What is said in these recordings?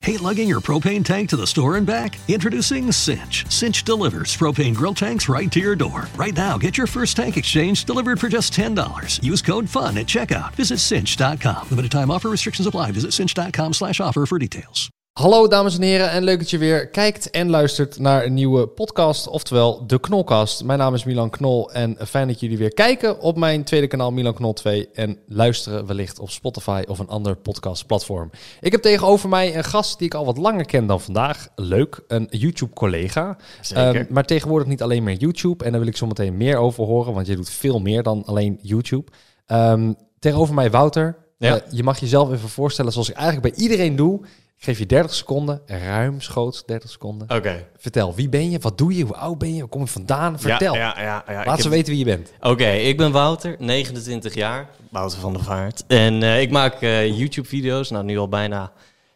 Hate lugging your propane tank to the store and back? Introducing Cinch. Cinch delivers propane grill tanks right to your door. Right now, get your first tank exchange delivered for just $10. Use code FUN at checkout. Visit cinch.com. Limited time offer, restrictions apply. Visit cinch.com/offer for details. Hallo dames en heren en leuk dat je weer kijkt en luistert naar een nieuwe podcast, oftewel de Knolkast. Mijn naam is Milan Knol en fijn dat jullie weer kijken op mijn tweede kanaal Milan Knol 2 en luisteren wellicht op Spotify of een ander podcastplatform. Ik heb tegenover mij een gast die ik al wat langer ken dan vandaag. Leuk, een YouTube-collega. Zeker. Maar tegenwoordig niet alleen meer YouTube en daar wil ik zo meteen meer over horen, want je doet veel meer dan alleen YouTube. Tegenover mij Wouter. Ja. Je mag jezelf even voorstellen zoals ik eigenlijk bij iedereen doe. Ik geef je 30 seconden, ruimschoots 30 seconden. Oké. Vertel, wie ben je? Wat doe je? Hoe oud ben je? Waar kom je vandaan? Vertel. Ja. Laat ze weten wie je bent. Oké, ik ben Wouter, 29 jaar. Wouter van der Vaart. En ik maak YouTube-video's, nou nu al bijna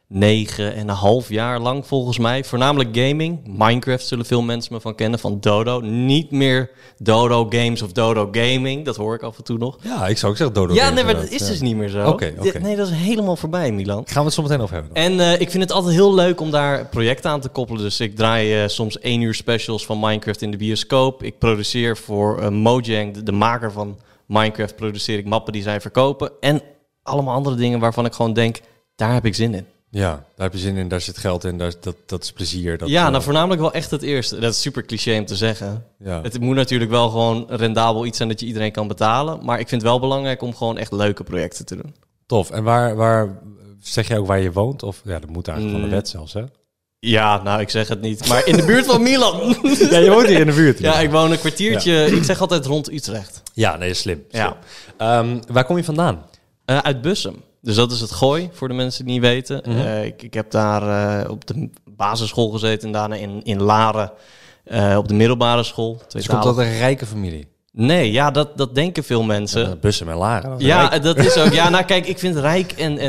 9,5 jaar lang volgens mij. Voornamelijk gaming. Minecraft zullen veel mensen me van kennen, van Dodo. Niet meer Dodo Games of Dodo Gaming. Dat hoor ik af en toe nog. Ja, ik zou ook zeggen Dodo. Ja, nee, maar dat is dus niet meer zo. Oké. Nee, dat is helemaal voorbij, Milan. Gaan we het zo meteen over hebben. En ik vind het altijd heel leuk om daar projecten aan te koppelen. Dus ik draai soms 1 uur specials van Minecraft in de bioscoop. Ik produceer voor Mojang, de maker van Minecraft, produceer ik mappen die zij verkopen. En allemaal andere dingen waarvan ik gewoon denk, daar heb ik zin in. Ja, daar heb je zin in, daar zit geld in, dat is plezier. Nou voornamelijk wel echt het eerste. Dat is super cliché om te zeggen. Ja. Het moet natuurlijk wel gewoon rendabel iets zijn dat je iedereen kan betalen. Maar ik vind het wel belangrijk om gewoon echt leuke projecten te doen. Tof. En waar zeg jij ook waar je woont? Of ja, dat moet eigenlijk van de wet zelfs, hè? Ja, nou, ik zeg het niet. Maar in de buurt van Milan. Ja, je woont hier in de buurt. Ja, ik woon een kwartiertje. Ja. Ik zeg altijd rond Utrecht. Ja, nee, slim. Ja. Waar kom je vandaan? Uit Bussum. Dus dat is het Gooi, voor de mensen die niet weten. Mm-hmm. Ik heb daar op de basisschool gezeten en daarna in Laren op de middelbare school. Dus komt dat een rijke familie? Nee, ja, dat denken veel mensen. Bussum en Laren. Ja, rijk. Dat is ook. Ja, nou kijk, ik vind rijk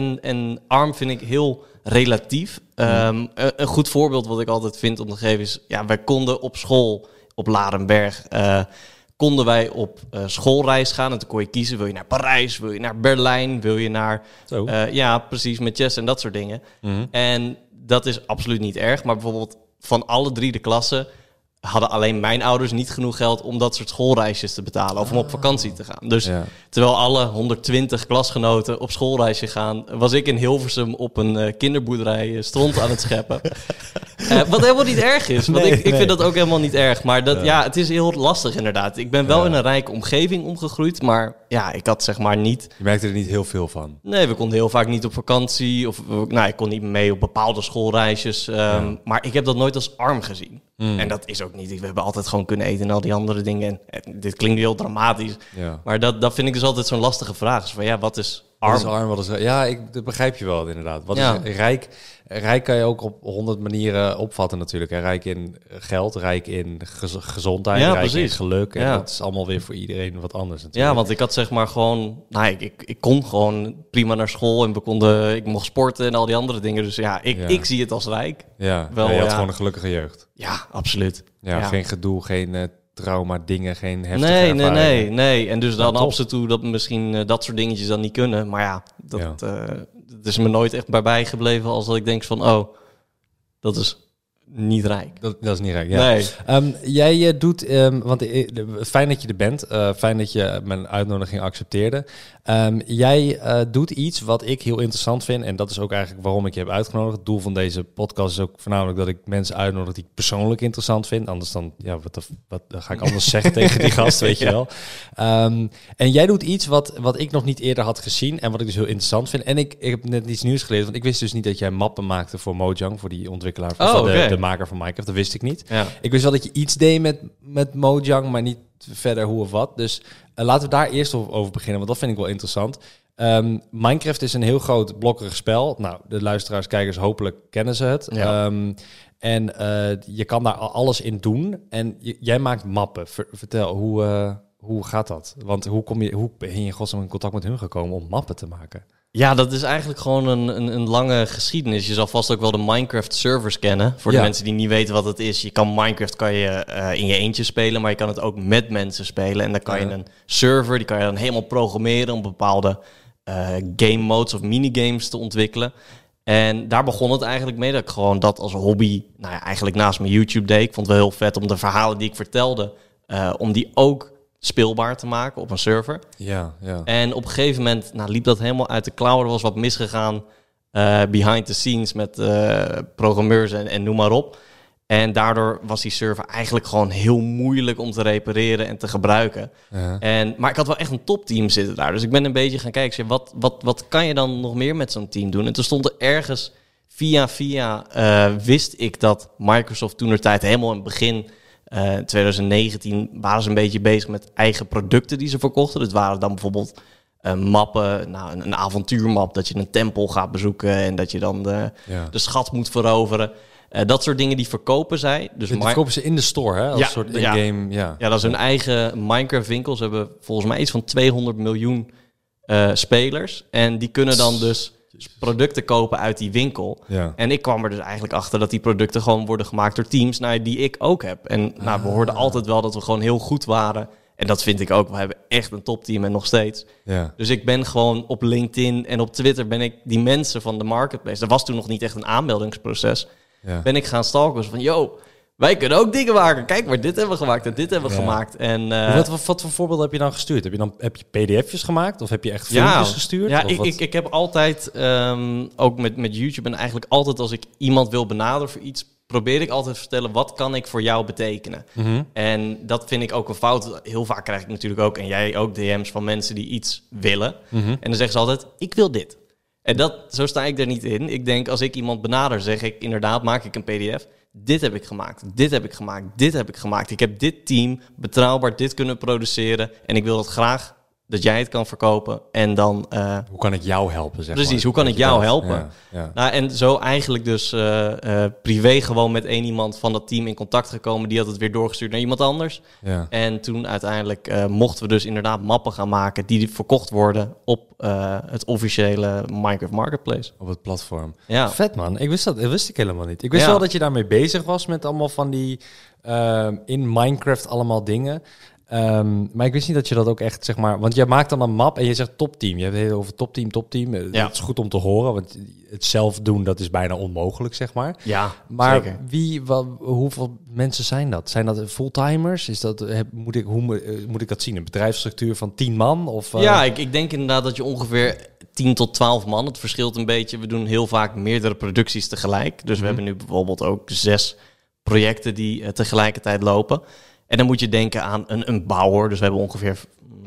en arm vind ik heel relatief. Een goed voorbeeld wat ik altijd vind om te geven is, ja, wij konden op school op Larenberg konden wij op schoolreis gaan. En toen kon je kiezen, wil je naar Parijs, wil je naar Berlijn, wil je naar... ja, precies, met chess en dat soort dingen. Mm-hmm. En dat is absoluut niet erg. Maar bijvoorbeeld van alle 3 de klassen hadden alleen mijn ouders niet genoeg geld om dat soort schoolreisjes te betalen of om op vakantie te gaan. Dus terwijl alle 120 klasgenoten op schoolreisje gaan, was ik in Hilversum op een kinderboerderij stront aan het scheppen. Wat helemaal niet erg is, want ik vind dat ook helemaal niet erg. Maar het is heel lastig inderdaad. Ik ben wel in een rijke omgeving omgegroeid, maar ja, ik had zeg maar niet... Je merkte er niet heel veel van? Nee, we konden heel vaak niet op vakantie. Of ik kon niet mee op bepaalde schoolreisjes. Maar ik heb dat nooit als arm gezien. En dat is ook niet. We hebben altijd gewoon kunnen eten en al die andere dingen. En dit klinkt heel dramatisch. Ja. Maar dat vind ik dus altijd zo'n lastige vraag. Dus van ja, wat is arm? Wat is arm? Wat is rijk? Ja, dat begrijp je wel inderdaad. Wat is rijk? Rijk kan je ook op 100 manieren opvatten natuurlijk. Rijk in geld, rijk in gezondheid, rijk in geluk. En dat is allemaal weer voor iedereen wat anders natuurlijk. Ja, want ik had zeg maar gewoon... ik kon gewoon prima naar school en ik mocht sporten en al die andere dingen. Dus ik zie het als rijk. Ja, je had gewoon een gelukkige jeugd. Ja, absoluut. Ja, geen gedoe, geen trauma, dingen, geen heftige ervaringen. Nee. En dus dan af en toe dat misschien dat soort dingetjes dan niet kunnen. Maar ja, dat is me nooit echt bij gebleven als dat ik denk van, dat is niet rijk. Dat is niet rijk, ja. Nee. Jij doet, want fijn dat je er bent. Fijn dat je mijn uitnodiging accepteerde. Jij doet iets wat ik heel interessant vind. En dat is ook eigenlijk waarom ik je heb uitgenodigd. Het doel van deze podcast is ook voornamelijk dat ik mensen uitnodig die ik persoonlijk interessant vind. Anders dan, wat ga ik anders zeggen tegen die gast, weet je wel. En jij doet iets wat ik nog niet eerder had gezien. En wat ik dus heel interessant vind. En ik heb net iets nieuws geleerd. Want ik wist dus niet dat jij mappen maakte voor Mojang. Voor die ontwikkelaar van de maker van Minecraft. Dat wist ik niet. Ja. Ik wist wel dat je iets deed met Mojang, maar niet verder hoe of wat. Dus laten we daar eerst over beginnen, want dat vind ik wel interessant. Minecraft is een heel groot blokkerig spel. Nou, de luisteraars, kijkers, hopelijk kennen ze het. Ja. En je kan daar alles in doen. En jij maakt mappen. Vertel, hoe gaat dat? Want hoe ben je in godsnaam in contact met hun gekomen om mappen te maken? Ja, dat is eigenlijk gewoon een lange geschiedenis. Je zal vast ook wel de Minecraft servers kennen. Voor de mensen die niet weten wat het is. Minecraft kan je in je eentje spelen, maar je kan het ook met mensen spelen. En dan kan je een server, die kan je dan helemaal programmeren om bepaalde game modes of minigames te ontwikkelen. En daar begon het eigenlijk mee dat ik gewoon dat als hobby, eigenlijk naast mijn YouTube deed. Ik vond het wel heel vet om de verhalen die ik vertelde, om die ook speelbaar te maken op een server. Ja. En op een gegeven moment liep dat helemaal uit de klauwen. Er was wat misgegaan behind the scenes met programmeurs en noem maar op. En daardoor was die server eigenlijk gewoon heel moeilijk om te repareren en te gebruiken. Ja. Maar ik had wel echt een topteam zitten daar. Dus ik ben een beetje gaan kijken, wat kan je dan nog meer met zo'n team doen? En toen stond er ergens via wist ik dat Microsoft toentertijd helemaal in het begin 2019 waren ze een beetje bezig met eigen producten die ze verkochten. Dat waren dan bijvoorbeeld mappen, een avontuurmap, dat je een tempel gaat bezoeken en dat je dan de schat moet veroveren. Dat soort dingen die verkopen zij. Dus die verkopen ze in de store, hè? Als een soort in-game. Ja, dat is hun eigen Minecraft-winkel. Ze hebben volgens mij iets van 200 miljoen spelers. En die kunnen dan dus producten kopen uit die winkel. Ja. En ik kwam er dus eigenlijk achter dat die producten gewoon worden gemaakt door teams die ik ook heb. En we hoorden altijd wel dat we gewoon heel goed waren. En dat vind ik ook. We hebben echt een topteam en nog steeds. Ja. Dus ik ben gewoon op LinkedIn en op Twitter ben ik die mensen van de marketplace. Er was toen nog niet echt een aanmeldingsproces. Ja. Ben ik gaan stalken. Dus van, wij kunnen ook dingen maken. Kijk, maar dit hebben we gemaakt en dit hebben we gemaakt. En, wat voor voorbeeld heb je dan gestuurd? Heb je pdf'jes gemaakt? Of heb je echt filmpjes gestuurd? Ja, ik heb altijd, ook met YouTube... en eigenlijk altijd als ik iemand wil benaderen voor iets... probeer ik altijd te vertellen, wat kan ik voor jou betekenen? Mm-hmm. En dat vind ik ook een fout. Heel vaak krijg ik natuurlijk ook, en jij ook, DM's van mensen die iets willen. Mm-hmm. En dan zeggen ze altijd, ik wil dit. En zo sta ik er niet in. Ik denk, als ik iemand benader, zeg ik inderdaad, maak ik een pdf. Dit heb ik gemaakt, dit heb ik gemaakt, dit heb ik gemaakt. Ik heb dit team betrouwbaar dit kunnen produceren. En ik wil het graag dat jij het kan verkopen. En dan... hoe kan ik jou helpen, zeg precies, maar. Hoe kan ik jou helpen? Ja. En zo eigenlijk dus privé gewoon met één iemand van dat team in contact gekomen. Die had het weer doorgestuurd naar iemand anders. Ja. En toen uiteindelijk mochten we dus inderdaad mappen gaan maken die verkocht worden op het officiële Minecraft Marketplace. Op het platform. Ja. Vet, man. Dat wist ik helemaal niet. Ik wist wel dat je daarmee bezig was met allemaal van die in Minecraft allemaal dingen. Maar ik wist niet dat je dat ook echt, zeg maar... Want jij maakt dan een map en je zegt topteam. Je hebt het heel over topteam. Ja. Dat is goed om te horen, want het zelf doen, dat is bijna onmogelijk, zeg maar. Ja, maar zeker. Hoeveel mensen zijn dat? Zijn dat fulltimers? Hoe moet ik dat zien? Een bedrijfsstructuur van 10 man? Of, Ja, ik denk inderdaad dat je ongeveer 10 tot 12 man... Het verschilt een beetje. We doen heel vaak meerdere producties tegelijk. Dus we hebben nu bijvoorbeeld ook 6 projecten die tegelijkertijd lopen... En dan moet je denken aan een bouwer. Dus we hebben ongeveer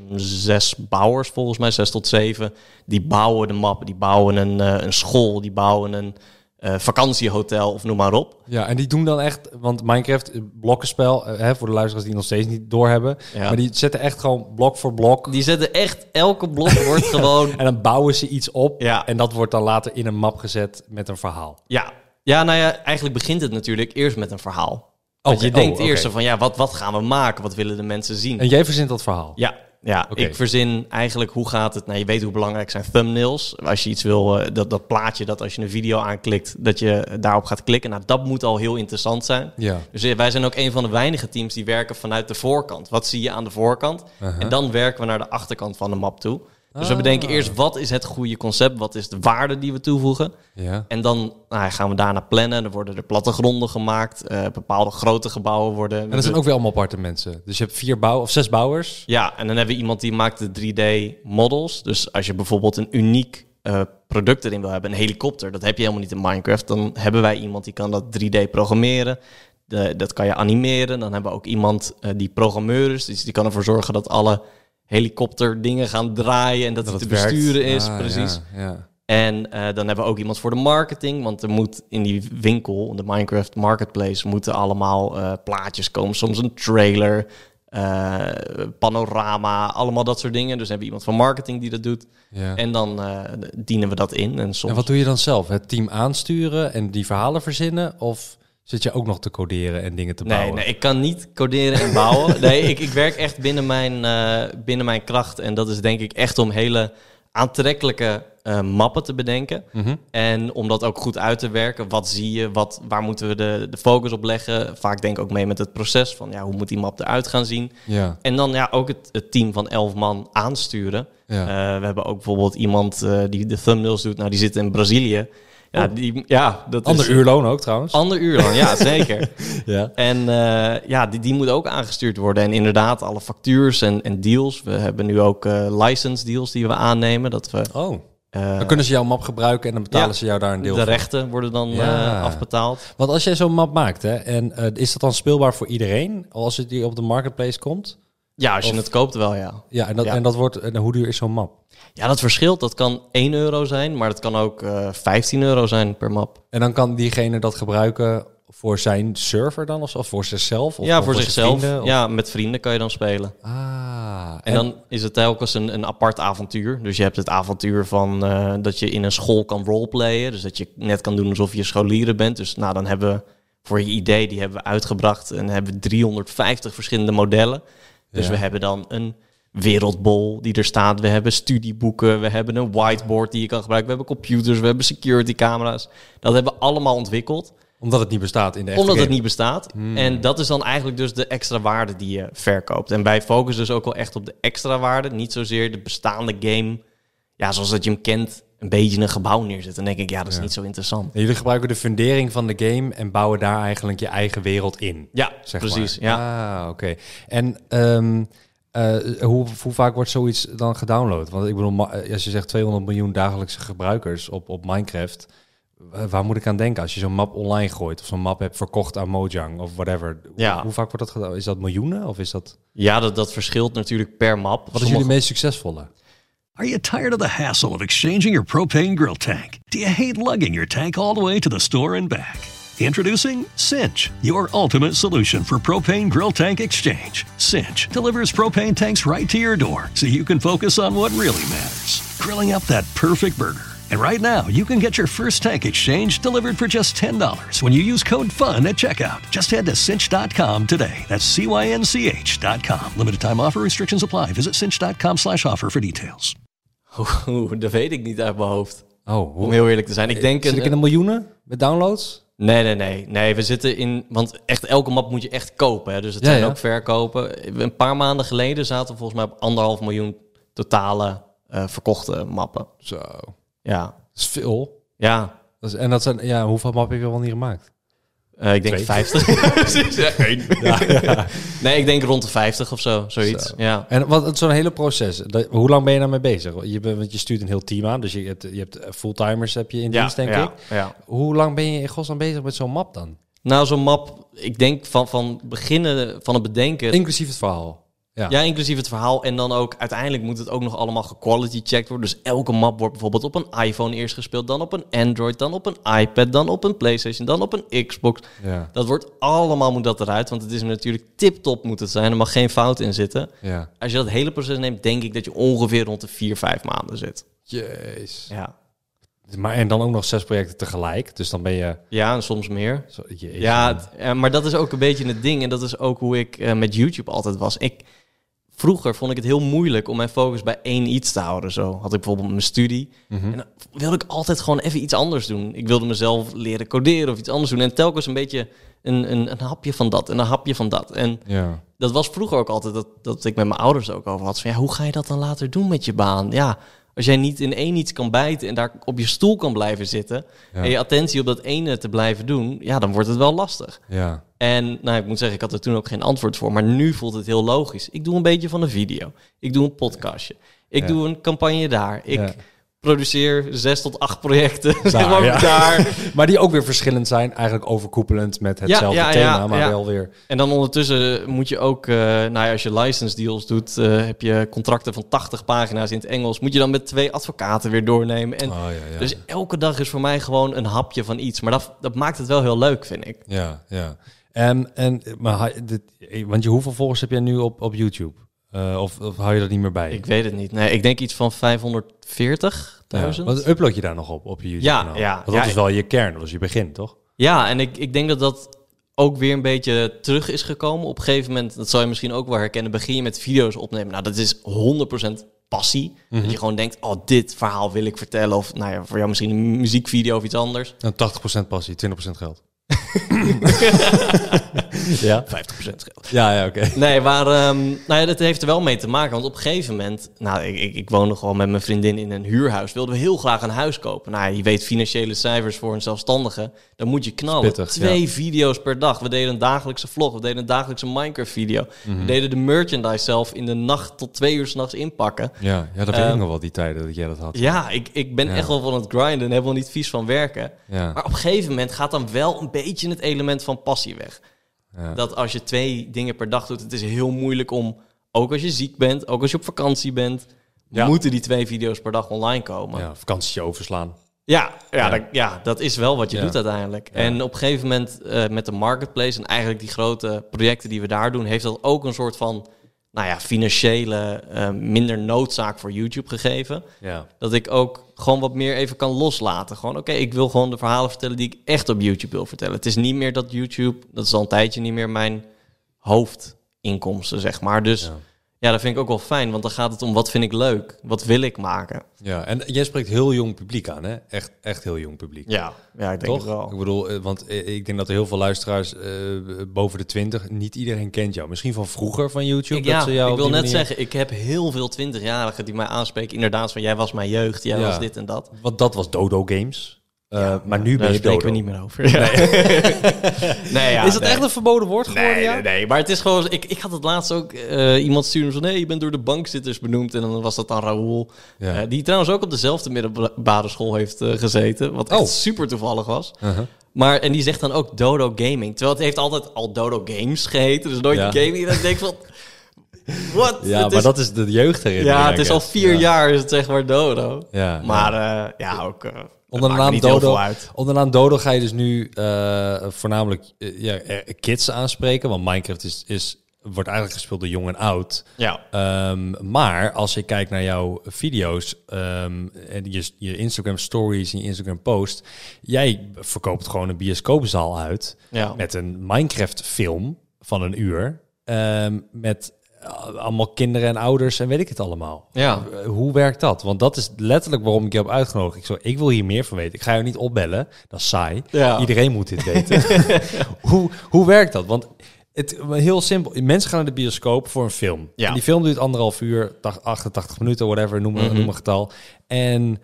6 bouwers, volgens mij 6 tot 7. Die bouwen de map, die bouwen een school, die bouwen een vakantiehotel of noem maar op. Ja, en die doen dan echt, want Minecraft, blokkenspel, voor de luisteraars die nog steeds niet doorhebben. Ja. Maar die zetten echt gewoon blok voor blok. Die zetten echt, elke blok wordt gewoon... En dan bouwen ze iets op en dat wordt dan later in een map gezet met een verhaal. Ja, eigenlijk begint het natuurlijk eerst met een verhaal. Want je denkt eerst van, wat gaan we maken? Wat willen de mensen zien? En jij verzint dat verhaal? Ja. Ik verzin eigenlijk, hoe gaat het? Je weet hoe belangrijk zijn thumbnails. Als je iets wil, dat plaatje dat als je een video aanklikt, dat je daarop gaat klikken. Dat moet al heel interessant zijn. Ja. Dus wij zijn ook een van de weinige teams die werken vanuit de voorkant. Wat zie je aan de voorkant? Uh-huh. En dan werken we naar de achterkant van de map toe. Dus we bedenken eerst, wat is het goede concept? Wat is de waarde die we toevoegen? Ja. En dan gaan we daarna plannen. Dan worden er plattegronden gemaakt. Bepaalde grote gebouwen worden... En dat zijn ook weer allemaal aparte mensen. Dus je hebt 6 bouwers. Ja, en dan hebben we iemand die maakt de 3D-models. Dus als je bijvoorbeeld een uniek product erin wil hebben, een helikopter, dat heb je helemaal niet in Minecraft. Dan hebben wij iemand die kan dat 3D programmeren. Dat kan je animeren. Dan hebben we ook iemand die programmeur is. Dus die kan ervoor zorgen dat alle helikopterdingen gaan draaien en dat het te besturen is. Precies. Ja. En dan hebben we ook iemand voor de marketing, want er moet in die winkel, de Minecraft Marketplace, moeten allemaal plaatjes komen. Soms een trailer, panorama, allemaal dat soort dingen. Dus hebben we iemand van marketing die dat doet. Ja. En dan dienen we dat in. En wat doe je dan zelf? Het team aansturen en die verhalen verzinnen? Of zit je ook nog te coderen en dingen te bouwen? Nee, ik kan niet coderen en bouwen. Nee, ik werk echt binnen mijn kracht. En dat is denk ik echt om hele aantrekkelijke mappen te bedenken. Mm-hmm. En om dat ook goed uit te werken. Wat zie je? Waar moeten we de focus op leggen? Vaak denk ik ook mee met het proces van hoe moet die map eruit gaan zien? Ja. En dan ook het team van 11 man aansturen. Ja. We hebben ook bijvoorbeeld iemand die de thumbnails doet. Die zit in Brazilië. Dat Ander is uurloon ook trouwens. Ander uurloon, ja, zeker. Ja. En die moet ook aangestuurd worden. En inderdaad, alle factures en deals. We hebben nu ook license deals die we aannemen. Dat we, dan kunnen ze jouw map gebruiken en dan betalen ze jou daar een deel de van. rechten worden dan afbetaald. Want als jij zo'n map maakt, hè, en is dat dan speelbaar voor iedereen als het die op de marketplace komt? Ja, als je het koopt wel, ja. Ja, en dat wordt, en hoe duur is zo'n map? Ja, dat verschilt. Dat kan €1 zijn, maar dat kan ook €15 zijn per map. En dan kan diegene dat gebruiken voor zijn server dan of voor zichzelf? Of voor zichzelf. Vrienden, ja, met vrienden kan je dan spelen. En dan is het telkens een apart avontuur. Dus je hebt het avontuur van dat je in een school kan roleplayen. Dus dat je net kan doen alsof je scholieren bent. Dus dan hebben we voor je idee, die hebben we uitgebracht. En hebben we 350 verschillende modellen. Dus we hebben dan een wereldbol die er staat. We hebben studieboeken. We hebben een whiteboard die je kan gebruiken. We hebben computers. We hebben security camera's. Dat hebben we allemaal ontwikkeld. Omdat het niet bestaat in de echte Omdat game. het niet bestaat. En dat is dan eigenlijk dus de extra waarde die je verkoopt. En wij focussen dus ook wel echt op de extra waarde. Niet zozeer de bestaande game. Ja, zoals dat je hem kent. Een beetje een gebouw neerzet. Dan denk ik, dat is niet zo interessant. En jullie gebruiken de fundering van de game en bouwen daar eigenlijk je eigen wereld in. Ja, zeg precies. Maar. Ja. Oké. En hoe vaak wordt zoiets dan gedownload? Want ik bedoel, als je zegt 200 miljoen dagelijkse gebruikers op Minecraft, waar moet ik aan denken als je zo'n map online gooit of zo'n map hebt verkocht aan Mojang of whatever? Hoe vaak wordt dat gedaan? Is dat miljoenen of is dat? Ja, dat verschilt natuurlijk per map. Wat is jullie meest succesvolle? Are you tired of the hassle of exchanging your propane grill tank? Do you hate lugging your tank all the way to the store and back? Introducing Cinch, your ultimate solution for propane grill tank exchange. Cinch delivers propane tanks right to your door so you can focus on what really matters, grilling up that perfect burger. And right now, you can get your first tank exchange delivered for just $10 when you use code FUN at checkout. Just head to cinch.com today. That's CYNCH.com. Limited time offer, restrictions apply. Visit cinch.com/offer for details. Dat weet ik niet uit mijn hoofd. Om heel eerlijk te zijn. Ik denk zit ik in de miljoenen met downloads? Nee, we zitten in... Want echt elke map moet je echt kopen. Hè? Dus het zijn ook verkopen. Een paar maanden geleden zaten we volgens mij op 1,5 miljoen totale verkochte mappen. Zo. Ja. Dat is veel. Ja. Dat zijn, hoeveel mappen heb je wel niet gemaakt? Ik denk 50. Nee, ik denk rond de 50 of zo. Zoiets. Zo. Ja. En wat zo'n hele proces, hoe lang ben je daarmee bezig? Want je stuurt een heel team aan, dus je hebt fulltimers heb je in dienst, denk ik. Ja. Hoe lang ben je in godsnaam bezig met zo'n map dan? Nou, zo'n map, ik denk van beginnen, van het bedenken... Inclusief het verhaal. Ja, inclusief het verhaal. En dan ook, uiteindelijk moet het ook nog allemaal gequality-checked worden. Dus elke map wordt bijvoorbeeld op een iPhone eerst gespeeld, dan op een Android, dan op een iPad, dan op een PlayStation, dan op een Xbox. Ja. Dat wordt allemaal, moet dat eruit, want het is natuurlijk tip-top moet het zijn. Er mag geen fout in zitten. Ja. Als je dat hele proces neemt, denk ik dat je ongeveer rond de 4-5 maanden zit. Jeez. Ja. En dan ook nog 6 projecten tegelijk. Dus dan ben je... Ja, en soms meer. Ja, maar dat is ook een beetje het ding. En dat is ook hoe ik met YouTube altijd was. Vroeger vond ik het heel moeilijk om mijn focus bij één iets te houden. Zo had ik bijvoorbeeld mijn studie. En dan wilde ik altijd gewoon even iets anders doen. Ik wilde mezelf leren coderen of iets anders doen. En telkens een beetje een hapje van dat en een hapje van dat. En dat was vroeger ook altijd dat ik met mijn ouders ook over had. Van, hoe ga je dat dan later doen met je baan? Ja, als jij niet in één iets kan bijten en daar op je stoel kan blijven zitten... en je attentie op dat ene te blijven doen... ja, dan wordt het wel lastig. Ja. En ik moet zeggen, ik had er toen ook geen antwoord voor. Maar nu voelt het heel logisch. Ik doe een beetje van een video. Ik doe een podcastje. Ik doe een campagne daar. Ik produceer 6 tot 8 projecten. Daar. Maar die ook weer verschillend zijn. Eigenlijk overkoepelend met hetzelfde thema. Maar wel weer... En dan ondertussen moet je ook... als je license deals doet... heb je contracten van 80 pagina's in het Engels. Moet je dan met 2 advocaten weer doornemen. En dus elke dag is voor mij gewoon een hapje van iets. Maar dat maakt het wel heel leuk, vind ik. Ja. Want hoeveel volgers heb jij nu op YouTube? Of hou je dat niet meer bij? Ik weet het niet. Nee, ik denk iets van 540.000. Wat upload je daar nog op je YouTube-kanaal? Ja. Want dat is wel je kern, dat is je begin, toch? Ja, en ik denk dat ook weer een beetje terug is gekomen. Op een gegeven moment, dat zal je misschien ook wel herkennen... begin je met video's opnemen. Nou, dat is 100% passie. Dat je gewoon denkt, dit verhaal wil ik vertellen. Of voor jou misschien een muziekvideo of iets anders. En 80% passie, 20% geld. Ja? 50% scheelt. Ja, oké. Nee, maar dat heeft er wel mee te maken. Want op een gegeven moment... Nou, ik woonde gewoon met mijn vriendin in een huurhuis. Wilden we heel graag een huis kopen. Nou, je weet financiële cijfers voor een zelfstandige. Dan moet je knallen. Pittig, 2 video's per dag. We deden een dagelijkse vlog. We deden een dagelijkse Minecraft-video. We deden de merchandise zelf in de nacht tot 2 uur 's nachts inpakken. Ja, dat weet ik nog wel, die tijden dat jij dat had. Ja, ik ben echt wel van het grinden en helemaal niet vies van werken. Ja. Maar op een gegeven moment gaat dan wel een beetje het element van passie weg. Ja. Dat als je 2 dingen per dag doet, het is heel moeilijk om, ook als je ziek bent, ook als je op vakantie bent, moeten die 2 video's per dag online komen. Ja, vakantietje overslaan. Dat is wel wat je doet uiteindelijk. Ja. En op een gegeven moment met de marketplace en eigenlijk die grote projecten die we daar doen, heeft dat ook een soort van financiële minder noodzaak voor YouTube gegeven. Ja. Dat ik ook gewoon wat meer even kan loslaten. Gewoon, oké, ik wil gewoon de verhalen vertellen die ik echt op YouTube wil vertellen. Het is niet meer dat YouTube, dat is al een tijdje niet meer mijn hoofdinkomsten, zeg maar. Dus ja, dat vind ik ook wel fijn, want dan gaat het om wat vind ik leuk? Wat wil ik maken? Ja, en jij spreekt heel jong publiek aan, hè? Echt heel jong publiek. Ja, ik denk toch? het wel. Ik bedoel, want ik denk dat er heel veel luisteraars boven de 20, niet iedereen kent jou. Misschien van vroeger van YouTube. Ik wil net zeggen, ik heb heel veel 20-jarigen die mij aanspreken. Inderdaad, van jij was mijn jeugd, jij was dit en dat. Want dat was Dodo Games. Maar nu ben je Daar spreken Dodo. we niet meer over. Ja. Is dat echt een verboden woord geworden? Nee, maar het is gewoon... Ik had het laatst ook... iemand stuurde van... Nee, je bent door de bankzitters benoemd. En dan was dat dan Raoul. Ja. Die trouwens ook op dezelfde middelbare school heeft gezeten. Wat echt super toevallig was. Maar, en die zegt dan ook Dodo Gaming. Terwijl het heeft altijd al Dodo Games geheten. Dus nooit gaming. En dan denk ik van... What? Ja, maar dat is de jeugdherinnering. Ja, het is al 4 jaar is het zeg maar Dodo. Ja, maar ook... Onder de naam Dodo ga je dus nu voornamelijk kids aanspreken. Want Minecraft wordt eigenlijk gespeeld door jong en oud. Ja. Maar als ik kijk naar jouw video's en je Instagram stories en je Instagram post. Jij verkoopt gewoon een bioscoopzaal uit met een Minecraft film van 1 uur. Met allemaal kinderen en ouders en weet ik het allemaal. Ja. Hoe werkt dat? Want dat is letterlijk waarom ik je heb uitgenodigd. Ik wil hier meer van weten. Ik ga je niet opbellen. Dat is saai. Ja. Iedereen moet dit weten. Hoe werkt dat? Want het heel simpel. Mensen gaan naar de bioscoop voor een film. Ja. En die film duurt 1,5 uur, 88 minuten, whatever, noem een getal. En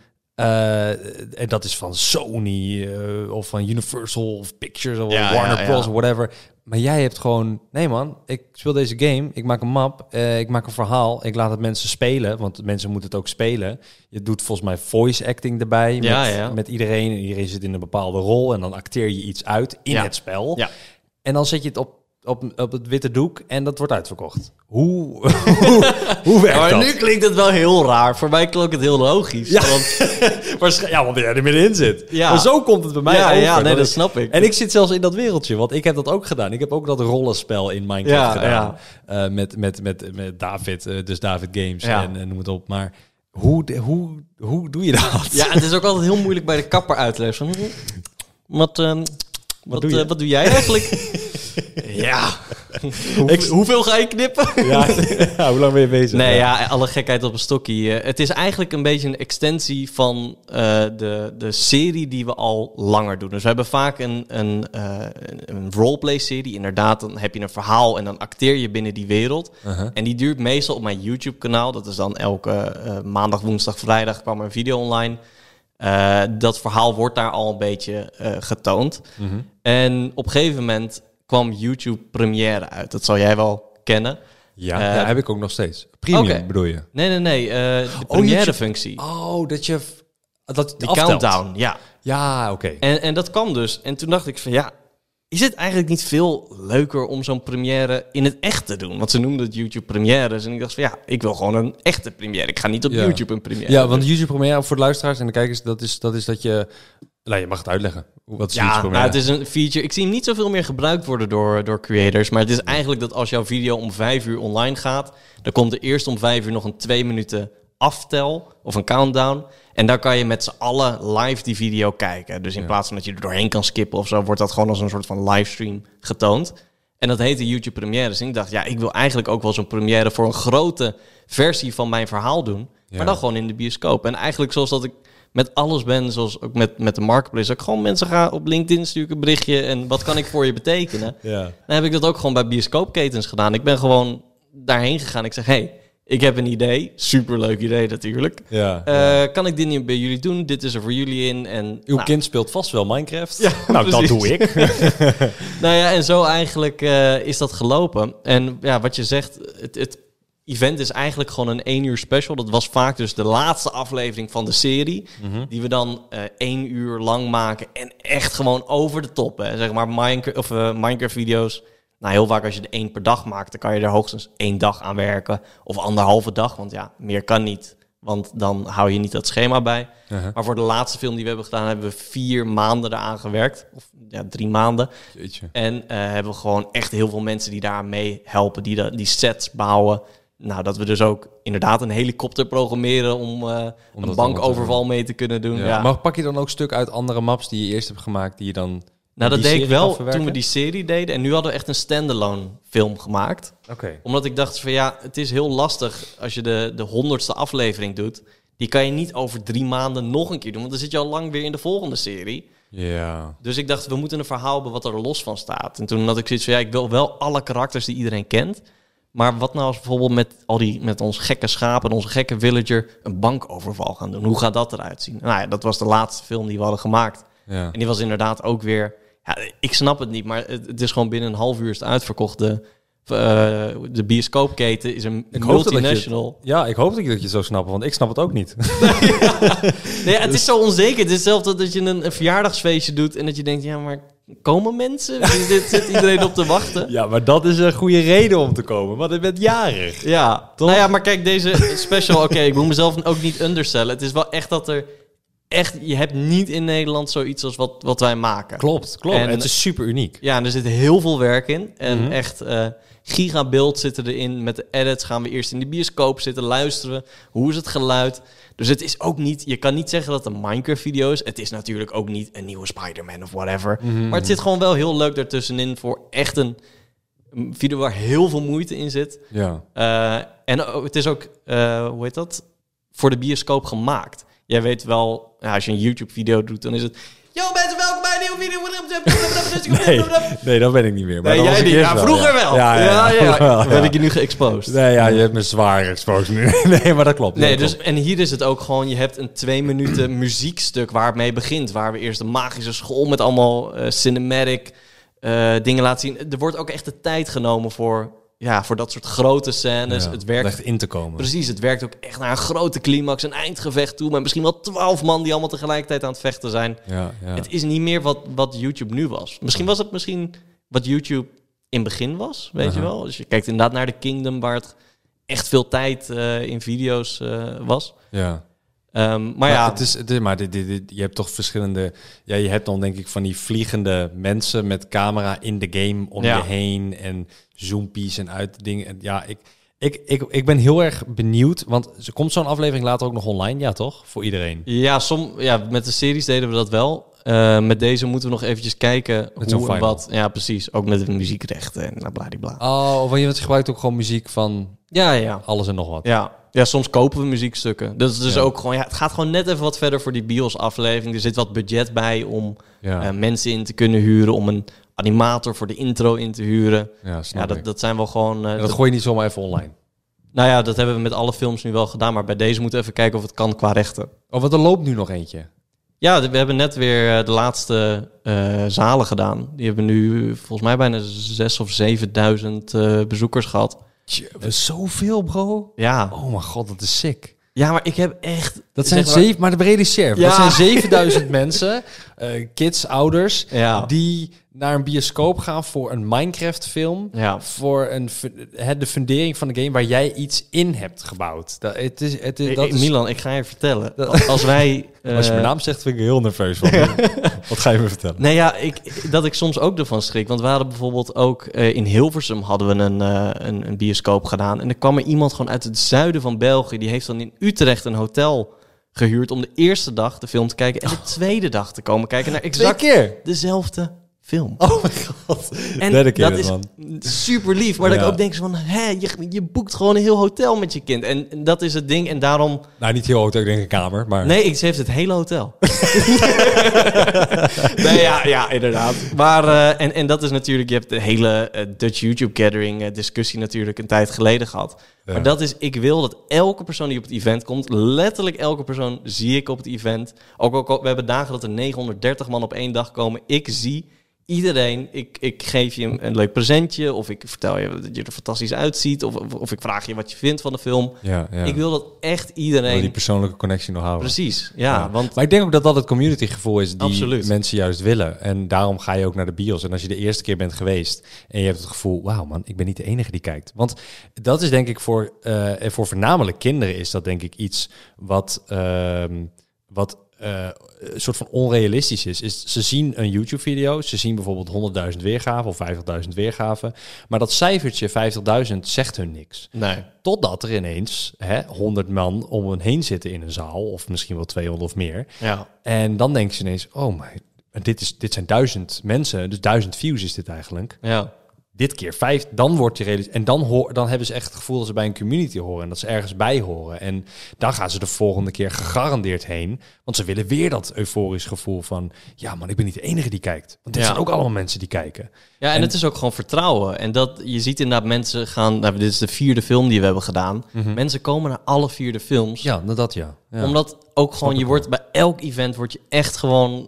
dat is van Sony of van Universal of Pictures of Warner Bros. Whatever. Maar jij hebt gewoon... Nee man, ik speel deze game. Ik maak een map. Ik maak een verhaal. Ik laat het mensen spelen. Want mensen moeten het ook spelen. Je doet volgens mij voice acting erbij. Met iedereen. En iedereen zit in een bepaalde rol. En dan acteer je iets uit in het spel. Ja. En dan zet je het op het witte doek en dat wordt uitverkocht. Hoe werkt dat? Nu klinkt het wel heel raar. Voor mij klonk het heel logisch. Ja, want jij er middenin zit. Ja. Maar zo komt het bij mij over. Ja, nee, dat snap ik. En ik zit zelfs in dat wereldje, want ik heb dat ook gedaan. Ik heb ook dat rollenspel in Minecraft gedaan. Ja. Met David, dus David Games en noem het op. Maar hoe doe je dat? Ja, het is ook altijd heel moeilijk bij de kapper uit te leggen. Wat doe jij eigenlijk? Ja. Hoeveel ga je knippen? Hoe lang ben je bezig? Nee, alle gekheid op een stokje. Het is eigenlijk een beetje een extensie van de serie die we al langer doen. Dus we hebben vaak een roleplay-serie. Inderdaad, dan heb je een verhaal en dan acteer je binnen die wereld. En die duurt meestal op mijn YouTube-kanaal. Dat is dan elke maandag, woensdag, vrijdag kwam er een video online. Dat verhaal wordt daar al een beetje getoond. En op een gegeven moment kwam YouTube Premiere uit. Dat zal jij wel kennen. Ja, heb ik ook nog steeds. Premium bedoel je? Nee. De Premiere-functie. Die countdown, ja. Ja, oké. En dat kwam dus. En toen dacht ik van is het eigenlijk niet veel leuker om zo'n première in het echt te doen? Want ze noemden het YouTube Premières. En ik dacht van ik wil gewoon een echte première. Ik ga niet op YouTube een première. Ja, want YouTube Premiere voor de luisteraars en de kijkers, dat is dat je... Nou, je mag het uitleggen. Wat is YouTube Premiere? Het is een feature. Ik zie hem niet zoveel meer gebruikt worden door creators. Maar het is eigenlijk dat als jouw video om 5 uur online gaat, dan komt er eerst om 5 uur nog een 2 minuten aftel of een countdown. En dan kan je met z'n allen live die video kijken. Dus in plaats van dat je er doorheen kan skippen of zo, wordt dat gewoon als een soort van livestream getoond. En dat heette YouTube Premiere. En ik dacht, ik wil eigenlijk ook wel zo'n première voor een grote versie van mijn verhaal doen. Maar dan gewoon in de bioscoop. En eigenlijk zoals dat ik met alles ben, zoals ook met de marketplace. Dat ik gewoon mensen ga op LinkedIn, stuur ik een berichtje en wat kan ik voor je betekenen? Ja. Dan heb ik dat ook gewoon bij bioscoopketens gedaan. Ik ben gewoon daarheen gegaan. Ik zeg, hey, ik heb een idee. Superleuk idee natuurlijk. Ja. Kan ik dit niet bij jullie doen? Dit is er voor jullie in. En, Uw kind speelt vast wel Minecraft. Ja, nou, precies. dat doe ik. Nou ja, en zo eigenlijk is dat gelopen. En ja, wat je zegt, het event is eigenlijk gewoon een 1 uur special. Dat was vaak dus de laatste aflevering van de serie. Mhm. Die we dan 1 uur lang maken. En echt gewoon over de top. Hè. Zeg maar Minecraft video's. Nou, heel vaak als je er 1 per dag maakt, dan kan je er hoogstens 1 dag aan werken. Of 1,5 dag, want ja, meer kan niet. Want dan hou je niet dat schema bij. Uh-huh. Maar voor de laatste film die we hebben gedaan, hebben we 4 maanden eraan gewerkt. Of ja, 3 maanden. Jeetje. En hebben we gewoon echt heel veel mensen die daar mee helpen, die sets bouwen. Nou, dat we dus ook inderdaad een helikopter programmeren om een bankoverval mee te kunnen doen. Ja. Ja. Maar pak je dan ook stuk uit andere maps die je eerst hebt gemaakt, die je dan... Nou, dat die deed ik serie kan wel verwerken? toen we die serie deden. En nu hadden we echt een standalone film gemaakt. Oké. Omdat ik dacht van ja, het is heel lastig als je de 100ste aflevering doet. Die kan je niet over 3 maanden nog een keer doen. Want dan zit je al lang weer in de volgende serie. Ja. Dus ik dacht, we moeten een verhaal hebben wat er los van staat. En toen had ik zoiets van ja, ik wil wel alle karakters die iedereen kent. Maar wat nou als bijvoorbeeld met ons gekke schapen en onze gekke villager een bankoverval gaan doen? Hoe gaat dat eruit zien? Nou ja, dat was de laatste film die we hadden gemaakt. Ja. En die was inderdaad ook weer... Ja, ik snap het niet, maar het is gewoon binnen een half uur is het uitverkocht. De bioscoopketen is een multinational. Ik hoop dat je het zo snapt, want ik snap het ook niet. Nee, het is zo onzeker. Het is hetzelfde dat je een verjaardagsfeestje doet en dat je denkt, ja, maar komen mensen? Dit zit iedereen op te wachten. Ja, maar dat is een goede reden om te komen, want ik ben jarig. Ja, toch? Nou ja, maar kijk, deze special, oké, ik moet mezelf ook niet undersellen. Het is wel echt dat er... Echt, je hebt niet in Nederland zoiets als wat wij maken. Klopt. En het is super uniek. Ja, en er zit heel veel werk in. En echt gigabeeld zitten erin. Met de edits gaan we eerst in de bioscoop zitten, luisteren. Hoe is het geluid? Dus het is ook niet... Je kan niet zeggen dat het een Minecraft-video is. Het is natuurlijk ook niet een nieuwe Spider-Man of whatever. Maar het zit gewoon wel heel leuk daartussenin voor echt een video waar heel veel moeite in zit. Ja. En het is ook, hoe heet dat? Voor de bioscoop gemaakt. Jij weet wel, ja, als je een YouTube-video doet, dan is het... Yo mensen, welkom bij een nieuwe video. Nee, dat ben ik niet meer. Maar Nee, dat was jij ik niet. eerst Ja, vroeger wel. Ja. Dan ben ik je nu geëxposed. Nee, ja, je hebt me zwaar exposed nu. Nee, maar dat klopt. Nee, dat dus, klopt. en hier is het ook gewoon... Je hebt een 2 minuten muziekstuk waar het mee begint. Waar we eerst de magische school met allemaal cinematic dingen laten zien. Er wordt ook echt de tijd genomen voor dat soort grote scènes. Ja, Het werkt echt in te komen. Precies, het werkt ook echt naar een grote climax, een eindgevecht toe. Maar misschien wel 12 man die allemaal tegelijkertijd aan het vechten zijn. Ja. Het is niet meer wat YouTube nu was. Misschien was het wat YouTube in het begin was, weet je wel. Dus je kijkt inderdaad naar de Kingdom, waar het echt veel tijd in video's was. Ja. Maar ja, je hebt toch verschillende... Ja, je hebt dan denk ik van die vliegende mensen met camera in de game om je heen en zoompies en uit dingen. En ja, ik ben heel erg benieuwd, want er komt zo'n aflevering later ook nog online, ja toch? Voor iedereen. Ja, met de series deden we dat wel. Met deze moeten we nog eventjes kijken Met zo'n hoe en final. wat. Ja, precies. Ook met de muziekrechten en bladibla. Oh, want je gebruikt ook gewoon muziek van Ja. alles en nog wat. Ja, soms kopen we muziekstukken. Dat is dus Ja. ook gewoon... Ja, het gaat gewoon net even wat verder voor die BIOS-aflevering. Er zit wat budget bij om mensen in te kunnen huren... om een animator voor de intro in te huren. Ja, snap ik. Dat zijn wel gewoon... En dat gooi je niet zomaar even online. Nou ja, dat hebben we met alle films nu wel gedaan... maar bij deze moeten we even kijken of het kan qua rechten. Oh, want er loopt nu nog eentje. Ja, we hebben net weer de laatste zalen gedaan. Die hebben nu volgens mij bijna 6.000 of 7.000 bezoekers gehad. Zoveel, bro. Ja. Oh mijn god, dat is sick. Ja, maar ik heb echt... Dat zijn zeg maar- 7, maar de brede share. Ja. Dat zijn 7000 mensen, kids, ouders, Ja. die naar een bioscoop gaan voor een Minecraft-film. Ja. Voor de fundering van de game waar jij iets in hebt gebouwd. Dat is, Milan, ik ga je vertellen. Als wij... als je mijn naam zegt, vind ik heel nerveus van. Wat ga je me vertellen? Nee, ja, dat ik soms ook ervan schrik. Want we hadden bijvoorbeeld ook in Hilversum hadden we een bioscoop gedaan. En er kwam er iemand gewoon uit het zuiden van België. Die heeft dan in Utrecht een hotel gehuurd om de eerste dag de film te kijken. En de tweede dag te komen kijken naar exact Twee keer? dezelfde film. Oh mijn god. En Dedicated, dat is man. super lief. Maar dat ik ook denk van, je boekt gewoon een heel hotel met je kind. En dat is het ding. En daarom... Nou, niet heel hotel, ik denk een kamer, maar... Nee, ze heeft het hele hotel. Nee, ja, inderdaad. Maar, en dat is natuurlijk... Je hebt de hele Dutch YouTube Gathering discussie natuurlijk een tijd geleden gehad. Ja. Maar dat is... Ik wil dat elke persoon die op het event komt... Letterlijk elke persoon zie ik op het event. Ook we hebben dagen dat er 930 man op één dag komen. Ik zie... Iedereen, ik geef je een leuk presentje... of ik vertel je dat je er fantastisch uitziet... of ik vraag je wat je vindt van de film. Ja. Ik wil dat echt iedereen... die persoonlijke connectie nog houden. Precies, ja. Want... Maar ik denk ook dat dat het communitygevoel is... die Absoluut. Mensen juist willen. En daarom ga je ook naar de bios. En als je de eerste keer bent geweest... en je hebt het gevoel... wauw man, ik ben niet de enige die kijkt. Want dat is denk ik voor voornamelijk kinderen... is dat denk ik iets wat een soort van onrealistisch is. Ze zien een YouTube-video, ze zien bijvoorbeeld 100.000 weergaven of 50.000 weergaven, maar dat cijfertje 50.000 zegt hun niks. Nee. Totdat er ineens 100 man om hen heen zitten in een zaal, of misschien wel 200 of meer. Ja. En dan denken ze ineens, oh my, dit zijn 1000 mensen, dus 1000 views is dit eigenlijk. Ja. Dit keer 5, dan wordt die realistisch. En dan hebben ze echt het gevoel dat ze bij een community horen en dat ze ergens bij horen. En dan gaan ze de volgende keer gegarandeerd heen. Want ze willen weer dat euforisch gevoel van... ja man, ik ben niet de enige die kijkt. Want er zijn ook allemaal mensen die kijken. Ja, en het is ook gewoon vertrouwen. En dat je ziet inderdaad mensen gaan... Nou, dit is de 4e film die we hebben gedaan. Mm-hmm. Mensen komen naar alle 4 films. Ja, dat ja. Omdat ook gewoon, je wordt bij elk event word je echt gewoon...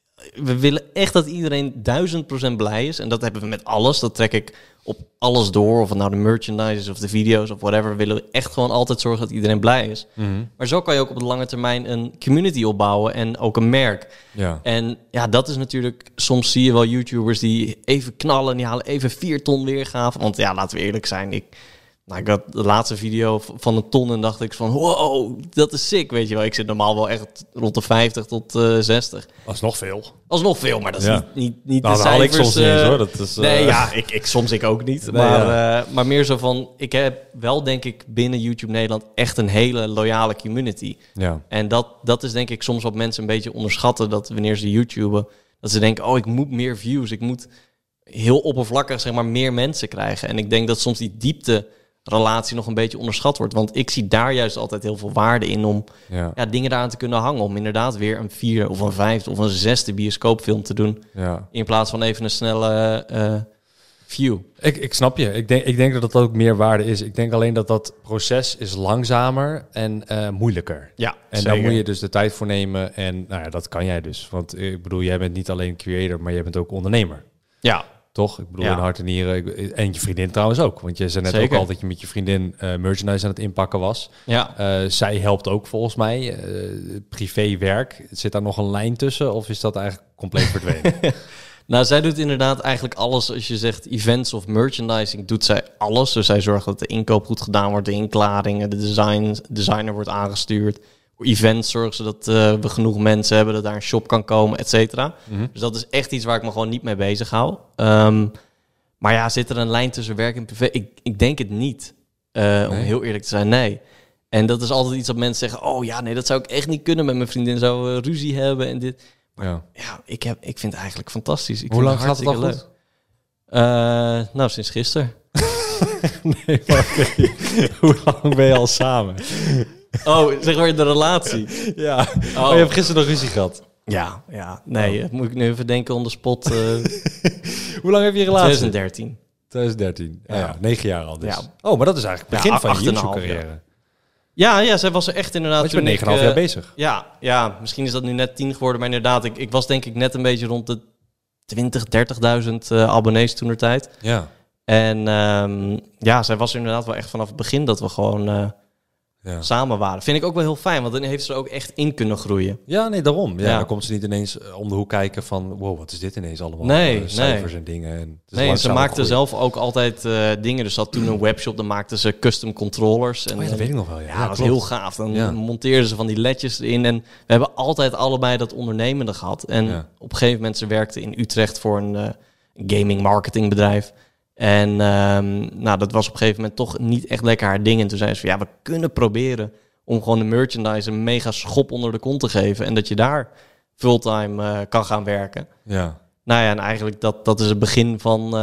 We willen echt dat iedereen 1000% blij is. En dat hebben we met alles. Dat trek ik op alles door. Of het nou de merchandise is of de video's of whatever. We willen echt gewoon altijd zorgen dat iedereen blij is. Mm-hmm. Maar zo kan je ook op de lange termijn een community opbouwen. En ook een merk. Ja. En ja, dat is natuurlijk... Soms zie je wel YouTubers die even knallen. Die halen even 4 ton weergave. Want ja, laten we eerlijk zijn. Ik had de laatste video van 1 ton en dacht ik van... Wow, dat is sick, weet je wel. Ik zit normaal wel echt rond de 50 tot 60. Alsnog veel. Alsnog veel, maar dat is niet nou, de cijfers. Ik soms niet eens, hoor. Dat is, Nee, ja, ik ook niet. Nee, maar meer zo van... Ik heb wel, denk ik, binnen YouTube Nederland... echt een hele loyale community. Ja. En dat is denk ik soms wat mensen een beetje onderschatten... dat wanneer ze YouTuben... dat ze denken, ik moet meer views. Ik moet heel oppervlakkig, zeg maar, meer mensen krijgen. En ik denk dat soms die diepte... relatie nog een beetje onderschat wordt. Want ik zie daar juist altijd heel veel waarde in... om dingen daaraan te kunnen hangen. Om inderdaad weer een 4e of een 5e of een 6e bioscoopfilm te doen. Ja. In plaats van even een snelle view. Ik snap je. Ik denk dat ook meer waarde is. Ik denk alleen dat proces is langzamer en moeilijker. Ja, en zeker. Daar moet je dus de tijd voor nemen. En nou ja, dat kan jij dus. Want ik bedoel, jij bent niet alleen creator... maar jij bent ook ondernemer. Ja. Toch? Ik bedoel, in hart en nieren. En je vriendin trouwens ook. Want je zei net ook al dat je met je vriendin merchandise aan het inpakken was. Ja. Zij helpt ook volgens mij. Privéwerk. Zit daar nog een lijn tussen? Of is dat eigenlijk compleet verdwenen? Nou, zij doet inderdaad eigenlijk alles. Als je zegt events of merchandising, doet zij alles. Dus zij zorgt dat de inkoop goed gedaan wordt. De inklaringen, de designer wordt aangestuurd. Voor events zorgen ze dat we genoeg mensen hebben... dat daar een shop kan komen, et cetera. Mm-hmm. Dus dat is echt iets waar ik me gewoon niet mee bezig hou. Maar ja, zit er een lijn tussen werk en privé? Ik denk het niet, nee. Om heel eerlijk te zijn, nee. En dat is altijd iets dat mensen zeggen... dat zou ik echt niet kunnen met mijn vriendin. Zou ruzie hebben en dit. Maar ik vind het eigenlijk fantastisch. Hoe lang gaat het al goed? Nou, sinds gisteren. Nee, maar hoe lang ben je al samen? Oh, zeg maar in de relatie. Ja. Oh, je hebt gisteren nog ruzie gehad. Ja. Nee, moet ik nu even denken on the spot. Hoe lang heb je relatie? 2013. Ja, 9 jaar al dus. Ja. Oh, maar dat is eigenlijk het begin van je YouTube-carrière. Ja, zij was er echt inderdaad... Want je bent 9,5 jaar bezig. Ja, misschien is dat nu net 10 geworden, maar inderdaad, ik was denk ik net een beetje rond de 30.000 abonnees toentertijd. Ja. En zij was er inderdaad wel echt vanaf het begin dat we gewoon... samen waren. Vind ik ook wel heel fijn, want dan heeft ze er ook echt in kunnen groeien. Ja, nee, daarom. Ja, dan komt ze niet ineens om de hoek kijken van... wow, wat is dit ineens allemaal? Cijfers en dingen. En ze maakte zelf ook altijd dingen. Dus ze had toen een webshop, dan maakte ze custom controllers. En, dat weet ik nog wel, ja dat was heel gaaf. Dan monteerden ze van die ledjes erin. En we hebben altijd allebei dat ondernemende gehad. En op een gegeven moment, ze werkte in Utrecht voor een gaming marketingbedrijf. En dat was op een gegeven moment toch niet echt lekker haar ding. En toen zei ze van we kunnen proberen om gewoon de merchandise een mega schop onder de kont te geven. En dat je daar fulltime kan gaan werken. Ja. Nou ja, en eigenlijk dat is het begin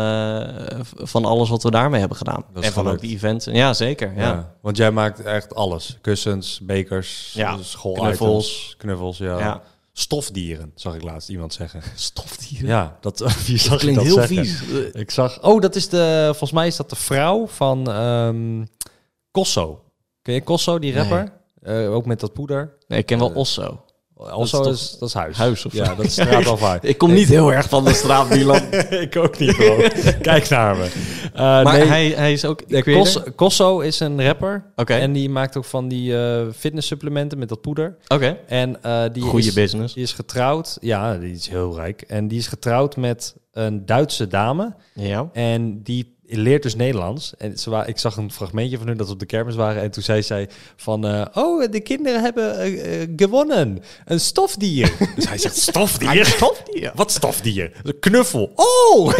van alles wat we daarmee hebben gedaan. Dat is en van ook gelukt. die events. Ja, zeker. Ja. Want jij maakt echt alles. Kussens, bekers, Ja, schoolitems, knuffels, ja. Ja. Stofdieren, zag ik laatst iemand zeggen. Stofdieren. Ja, wie zag klinkt je heel dat zeggen? vies. Ik zag... dat is volgens mij is dat de vrouw van Kosso. Ken je Kosso, die rapper? Ook met dat poeder. Nee, ik ken wel Osso. Osso toch dat is huis. huis of zo? Ja, dat is straat al vaak. Ik kom niet heel erg van de straat, Milan. Ik ook niet, bro. Kijk naar me. Maar nee, hij is ook... Kosso is een rapper. Oké. En die maakt ook van die fitnesssupplementen met dat poeder. Oké. En die Goeie business. Die is getrouwd. Ja, die is heel rijk. En die is getrouwd met een Duitse dame. Ja. En die leert dus Nederlands. En ik zag een fragmentje van hun dat ze op de kermis waren. En toen zei zij van... de kinderen hebben gewonnen. Een stofdier. Dus hij zegt, stofdier? Stofdier? Wat stofdier? Een knuffel. Oh!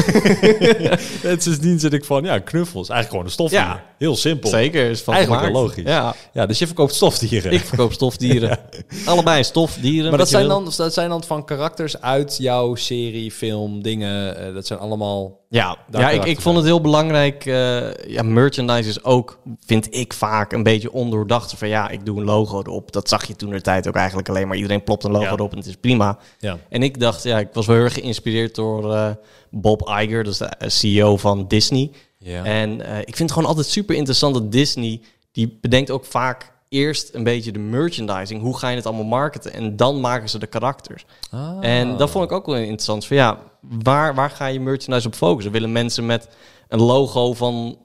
En sindsdien zit ik van... Ja, een knuffel is eigenlijk gewoon een stofdier. Ja. Heel simpel. Zeker. Is van Eigenlijk gemaakt. wel logisch. Ja. Ja, dus je verkoopt stofdieren. Ik verkoop stofdieren. Allebei stofdieren. Maar wat je wil. dat zijn dan van karakters uit jouw serie, film, dingen. Dat zijn allemaal... Ja, Daar ja karakter ik vond het heel belangrijk. Merchandise is ook, vind ik vaak, een beetje ondoordacht. Van ja, ik doe een logo erop. Dat zag je toen de tijd ook eigenlijk alleen maar. Iedereen plopt een logo erop en het is prima. Ja. En ik dacht, ik was wel heel erg geïnspireerd door Bob Iger. Dat is de CEO van Disney. Ja. En ik vind het gewoon altijd super interessant dat Disney, die bedenkt ook vaak eerst een beetje de merchandising. Hoe ga je het allemaal marketen? En dan maken ze de karakters. En dat vond ik ook wel interessant. Van ja, waar ga je merchandise op focussen? Willen mensen met een logo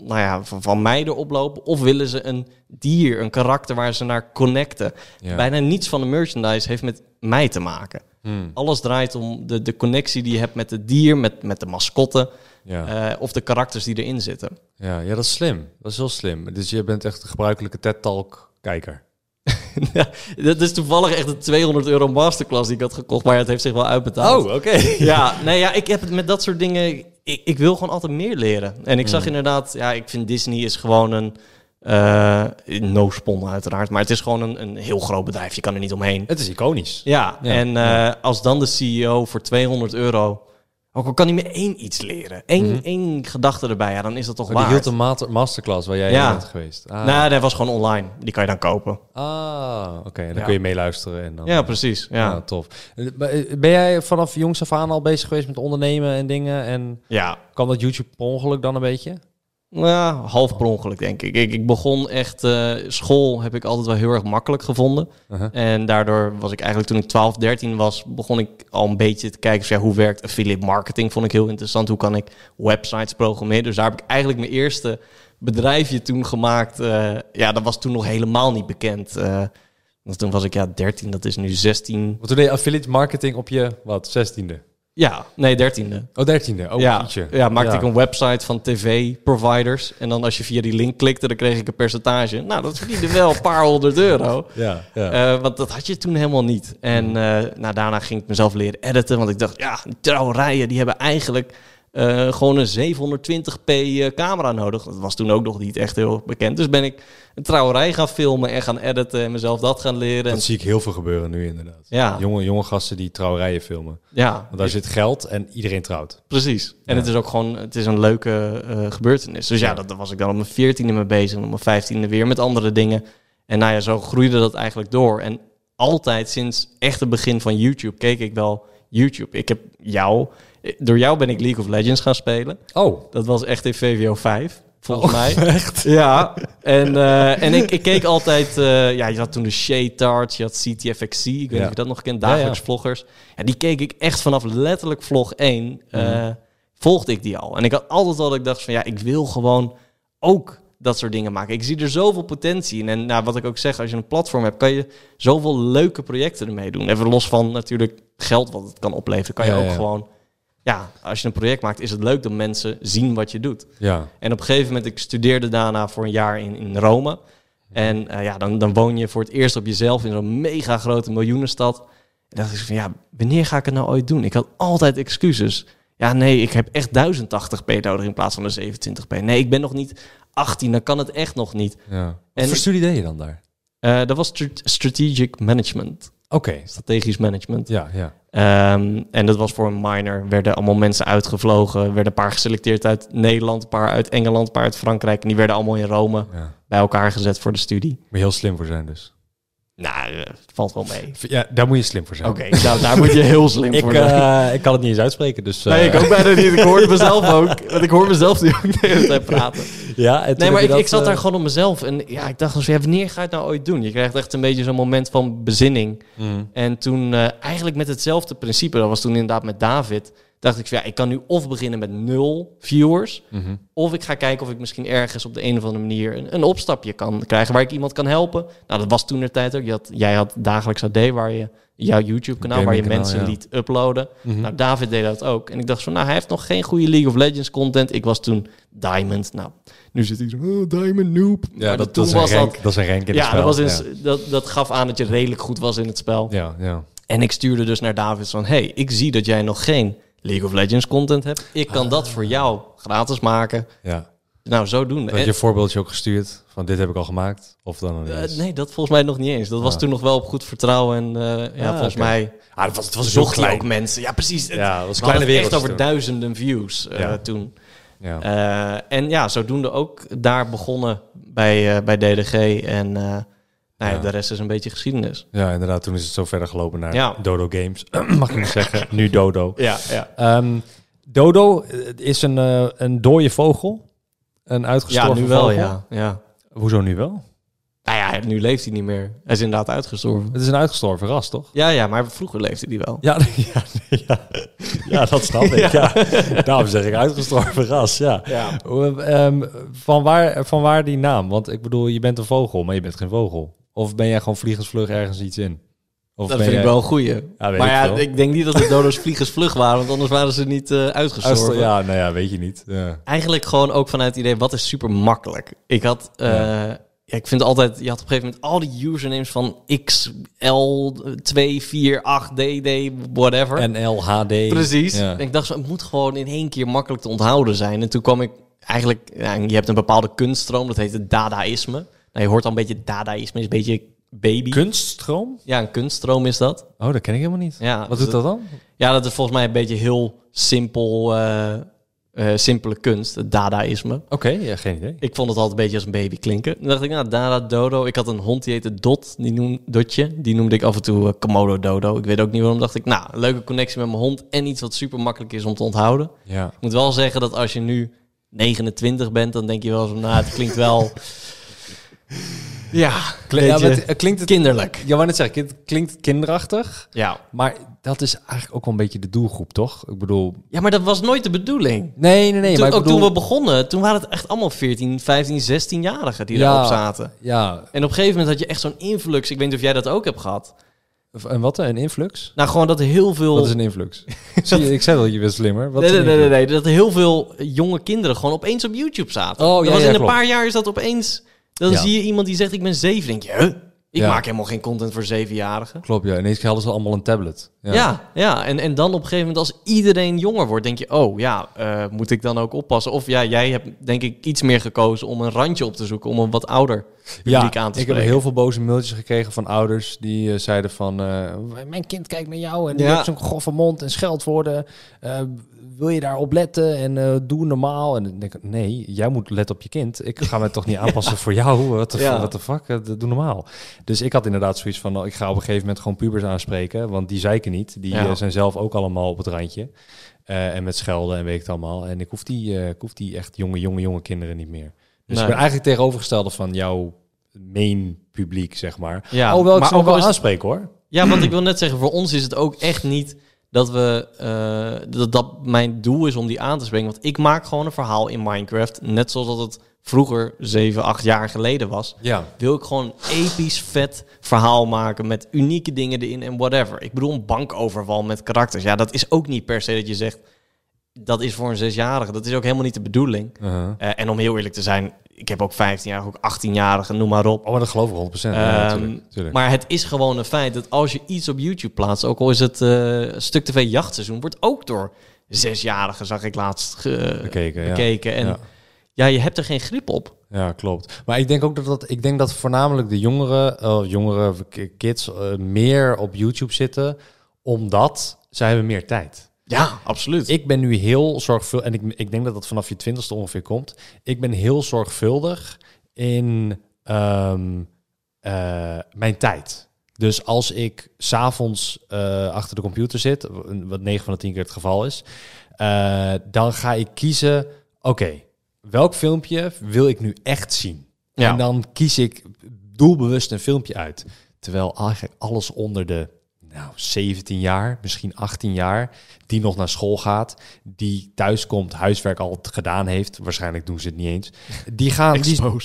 van mij erop lopen? Of willen ze een dier, een karakter waar ze naar connecten? Ja. Bijna niets van de merchandise heeft met mij te maken. Alles draait om de connectie die je hebt met het dier, met de mascotte. Ja. Of de karakters die erin zitten. Ja, dat is slim. Dat is heel slim. Dus je bent echt een gebruikelijke TED-talk-kijker. Ja, dat is toevallig echt een €200 masterclass die ik had gekocht, maar het heeft zich wel uitbetaald. Oh, oké. Ik heb het met dat soort dingen. Ik wil gewoon altijd meer leren. En ik zag inderdaad, ik vind Disney is gewoon een no spon uiteraard, maar het is gewoon een heel groot bedrijf. Je kan er niet omheen. Het is iconisch. Ja. En als dan de CEO voor €200, ook al kan hij me één iets leren, één gedachte erbij, dan is dat toch Die waard. hield een masterclass waar jij in bent geweest. Nou, dat was gewoon online. Die kan je dan kopen. Oké. En dan kun je meeluisteren. En dan, Ja, precies. Ja. tof. Ben jij vanaf jongs af aan al bezig geweest met ondernemen en dingen? En kwam dat YouTube per ongeluk dan een beetje? Ja, half per ongeluk, denk ik. Ik begon echt... school heb ik altijd wel heel erg makkelijk gevonden. En daardoor was ik eigenlijk, toen ik 12, 13 was, begon ik al een beetje te kijken van, hoe werkt affiliate marketing? Vond ik heel interessant. Hoe kan ik websites programmeren? Dus daar heb ik eigenlijk mijn eerste bedrijfje toen gemaakt. Dat was toen nog helemaal niet bekend. Want toen was ik 13, dat is nu 16. Want toen deed je affiliate marketing op je, 16e? Ja, nee, 13e. Oh, 13e. Oh, ja, maakte ik een website van tv-providers. En dan als je via die link klikte, dan kreeg ik een percentage. Nou, dat verdiende wel een paar €100. Ja. Want dat had je toen helemaal niet. En daarna ging ik mezelf leren editen. Want ik dacht, die trouwerijen, die hebben eigenlijk gewoon een 720p camera nodig. Dat was toen ook nog niet echt heel bekend. Dus ben ik een trouwerij gaan filmen en gaan editen en mezelf dat gaan leren. Dat zie ik heel veel gebeuren nu inderdaad. Ja. Jonge gasten die trouwerijen filmen. Ja. Want daar zit geld en iedereen trouwt. Precies. En het is ook gewoon, het is een leuke gebeurtenis. Dus daar was ik dan op mijn 14e mee bezig en op mijn 15e weer met andere dingen. En zo groeide dat eigenlijk door. En altijd sinds echt het begin van YouTube keek ik wel YouTube. Ik heb door jou ben ik League of Legends gaan spelen. Oh. Dat was echt in VWO 5, volgens mij. Echt? Ja. En ik keek altijd... je had toen de Shaytards, je had CTFXC. Ik weet niet of je dat nog kent. Dagelijks vloggers. Ja, die keek ik echt vanaf letterlijk vlog 1. Volgde ik die al. En ik had altijd al dat ik dacht van... ik wil gewoon ook dat soort dingen maken. Ik zie er zoveel potentie in. En wat ik ook zeg, als je een platform hebt, kan je zoveel leuke projecten ermee doen. Even los van natuurlijk geld wat het kan opleveren. Kan je ook gewoon... als je een project maakt, is het leuk dat mensen zien wat je doet. Ja. En op een gegeven moment, ik studeerde daarna voor een jaar in Rome. En dan woon je voor het eerst op jezelf in zo'n mega grote miljoenenstad. En dacht ik van, wanneer ga ik het nou ooit doen? Ik had altijd excuses. Ja, nee, ik heb echt 1080p nodig in plaats van de 27p. Nee, ik ben nog niet 18, dan kan het echt nog niet. Ja. Wat voor studie deed je dan daar? Dat was strategic management. Oké. Strategisch management. Ja. En dat was voor een minor. Werden allemaal mensen uitgevlogen. Werden een paar geselecteerd uit Nederland, een paar uit Engeland, een paar uit Frankrijk. En die werden allemaal in Rome bij elkaar gezet voor de studie. Moet je heel slim voor zijn dus. Nou, het valt wel mee. Ja, daar moet je slim voor zijn. Oké, nou, daar moet je heel slim voor zijn. Ik kan het niet eens uitspreken, dus... Nee, ik ook bijna niet. Ik hoorde mezelf ook. Want ik hoor mezelf nu ook de hele tijd praten. Ja, en nee, maar ik zat daar gewoon op mezelf. En ja, ik dacht, wanneer ga je het nou ooit doen? Je krijgt echt een beetje zo'n moment van bezinning. En toen eigenlijk met hetzelfde principe, dat was toen inderdaad met David, dacht ik, ik kan nu of beginnen met 0 viewers, of ik ga kijken of ik misschien ergens op de een of andere manier een opstapje kan krijgen waar ik iemand kan helpen. Nou, dat was toen de tijd ook. Jij had Dagelijks AD, waar je jouw YouTube-kanaal, waar je mensen liet uploaden. Nou, David deed dat ook. En ik dacht hij heeft nog geen goede League of Legends content. Ik was toen Diamond. Nou, nu zit hij zo, Diamond noob. Ja, dat is een rank in het spel. Dat gaf aan dat je redelijk goed was in het spel. Ja. En ik stuurde dus naar David van, hey, ik zie dat jij nog geen League of Legends content hebt. Ik kan dat voor jou gratis maken. Ja. Nou, zo doen. Heb je een voorbeeldje ook gestuurd van dit heb ik al gemaakt? Of dan nee, dat volgens mij nog niet eens. Dat was toen nog wel op goed vertrouwen. En volgens mij... het was zocht hij ook mensen. Ja, precies. Het was een kleine wereld. Echt over duizenden views toen. Ja. En zodoende ook daar begonnen bij DDG. En de rest is een beetje geschiedenis. Ja, inderdaad. Toen is het zo verder gelopen naar Dodo Games. Mag ik niet zeggen. Nu Dodo. Ja. Dodo is een dode vogel. Een uitgestorven vogel. Ja, nu wel, vogel. ja. Hoezo nu wel? Nou ja, nu leeft hij niet meer. Hij is inderdaad uitgestorven. Het is een uitgestorven ras, toch? Ja, maar vroeger leefde hij wel. Ja, dat snap ik. Ja. Daarom zeg ik uitgestorven ras, ja. Van waar die naam? Want ik bedoel, je bent een vogel, maar je bent geen vogel. Of ben jij gewoon vliegensvlug ergens iets in? Of dat vind ik wel een goeie. Ja, maar ik denk niet dat de dodo's vliegensvlug waren, want anders waren ze niet uitgestorven. Ja, weet je niet. Ja. Eigenlijk gewoon ook vanuit het idee, wat is super makkelijk? Ik had... ik vind altijd, je had op een gegeven moment al die usernames van XL248DD, whatever. NLHD. Precies. Ja. En ik dacht, het moet gewoon in één keer makkelijk te onthouden zijn. En toen kwam ik eigenlijk, je hebt een bepaalde kunststroom, dat heet het Dadaïsme. Nou, je hoort al een beetje Dadaïsme, is een beetje baby. Kunststroom? Ja, een kunststroom is dat. Oh, dat ken ik helemaal niet. Ja, wat doet dat dan? Ja, dat is volgens mij een beetje heel simpel... simpele kunst, het Dadaïsme. Oké, geen idee. Ik vond het altijd een beetje als een baby klinken. Dan dacht ik, Dada, Dodo. Ik had een hond die heette Dot, die noemde ik af en toe Komodo Dodo. Ik weet ook niet waarom. Dacht ik, een leuke connectie met mijn hond en iets wat super makkelijk is om te onthouden. Ja. Ik moet wel zeggen dat als je nu 29 bent, dan denk je wel zo, het klinkt wel... klinkt het kinderlijk. Ja, maar net zeggen, het klinkt kinderachtig. Ja. Maar dat is eigenlijk ook wel een beetje de doelgroep, toch? Ik bedoel... Ja, maar dat was nooit de bedoeling. Nee. Maar toen we begonnen, toen waren het echt allemaal 14, 15, 16-jarigen die erop zaten. Ja. En op een gegeven moment had je echt zo'n influx. Ik weet niet of jij dat ook hebt gehad. En wat? Een influx? Nou, gewoon dat heel veel... Wat is een influx? Zie je, ik zei dat je bent slimmer. Nee. Dat heel veel jonge kinderen gewoon opeens op YouTube zaten. Oh, dat was in een paar jaar is dat opeens... Dan zie je iemand die zegt, ik ben 7. Denk je, ik maak helemaal geen content voor 7-jarigen. Klopt, ja. Ineens hadden ze allemaal een tablet. Ja. En dan op een gegeven moment, als iedereen jonger wordt, denk je, moet ik dan ook oppassen? Of jij hebt denk ik iets meer gekozen om een randje op te zoeken, om een wat ouder publiek aan te spreken. Ik heb heel veel boze mailtjes gekregen van ouders die zeiden van, mijn kind kijkt naar jou en die heeft zo'n grove mond en scheldwoorden. Wil je daarop letten en doe normaal? En dan denk ik, nee, jij moet letten op je kind. Ik ga me toch niet aanpassen voor jou? What the fuck? Doe normaal. Dus ik had inderdaad zoiets van, ik ga op een gegeven moment gewoon pubers aanspreken, want die zeiken niet. Die zijn zelf ook allemaal op het randje. En met schelden en weet ik het allemaal. En ik hoef die echt jonge kinderen niet meer. Dus ik ben eigenlijk tegenovergestelde van jouw main publiek, zeg maar. Ja, alhoewel ik ze wel aanspreken, hoor. Ja, want ik wil net zeggen, voor ons is het ook echt niet... dat dat mijn doel is om die aan te spreken. Want ik maak gewoon een verhaal in Minecraft. Net zoals dat het vroeger 7, 8 jaar geleden was. Ja. Wil ik gewoon een episch vet verhaal maken met unieke dingen erin en whatever. Ik bedoel, een bankoverval met karakters. Ja, dat is ook niet per se dat je zegt... dat is voor een 6-jarige. Dat is ook helemaal niet de bedoeling. Uh-huh. En om heel eerlijk te zijn... ik heb ook 15-jarigen, ook 18-jarigen, noem maar op. Oh, maar dat geloof ik 100%. Tuurlijk. Maar het is gewoon een feit dat als je iets op YouTube plaatst... ook al is het Stuk TV jachtseizoen... wordt ook door 6-jarigen, zag ik laatst, bekeken. En je hebt er geen grip op. Ja, klopt. Maar ik denk ook dat voornamelijk de jongere kids meer op YouTube zitten... omdat zij hebben meer tijd. Ja, absoluut. Ik ben nu heel zorgvuldig, en ik denk dat dat vanaf je 20ste ongeveer komt. Ik ben heel zorgvuldig in mijn tijd. Dus als ik 's avonds achter de computer zit, wat 9 van de 10 keer het geval is, dan ga ik kiezen, oké, welk filmpje wil ik nu echt zien? Ja. En dan kies ik doelbewust een filmpje uit. Terwijl eigenlijk alles onder de 17 jaar, misschien 18 jaar, die nog naar school gaat, die thuis komt, huiswerk al gedaan heeft, waarschijnlijk doen ze het niet eens. Die gaan,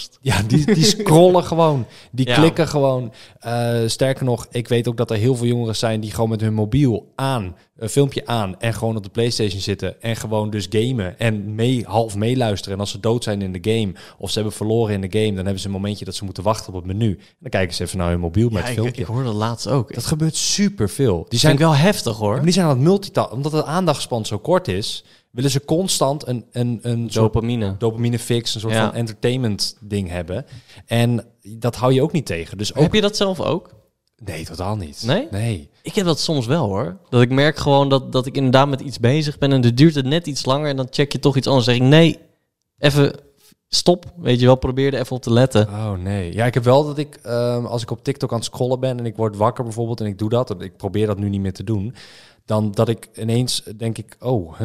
die scrollen gewoon, die klikken gewoon. Sterker nog, ik weet ook dat er heel veel jongeren zijn die gewoon met hun mobiel aan, een filmpje aan en gewoon op de PlayStation zitten en gewoon dus gamen en half meeluisteren. En als ze dood zijn in de game of ze hebben verloren in de game, dan hebben ze een momentje dat ze moeten wachten op het menu. En dan kijken ze even naar hun mobiel met het filmpje. Ik hoorde dat laatst ook. Dat gebeurt superveel. Die zijn wel heftig, hoor. Die zijn aan het multitasken. Omdat het aandachtspan zo kort is, willen ze constant een dopamine fix, een soort van entertainment ding hebben. En dat hou je ook niet tegen. Dus ook... Heb je dat zelf ook? Nee, totaal niet. Nee? Ik heb dat soms wel, hoor. Dat ik merk gewoon dat ik inderdaad met iets bezig ben en dan duurt het net iets langer en dan check je toch iets anders. Dan zeg ik, nee, even stop. Weet je wel, probeer er even op te letten. Oh, nee. Ja, ik heb wel dat ik, als ik op TikTok aan het scrollen ben en ik word wakker bijvoorbeeld en ik doe dat, ik probeer dat nu niet meer te doen, dan dat ik ineens denk ik,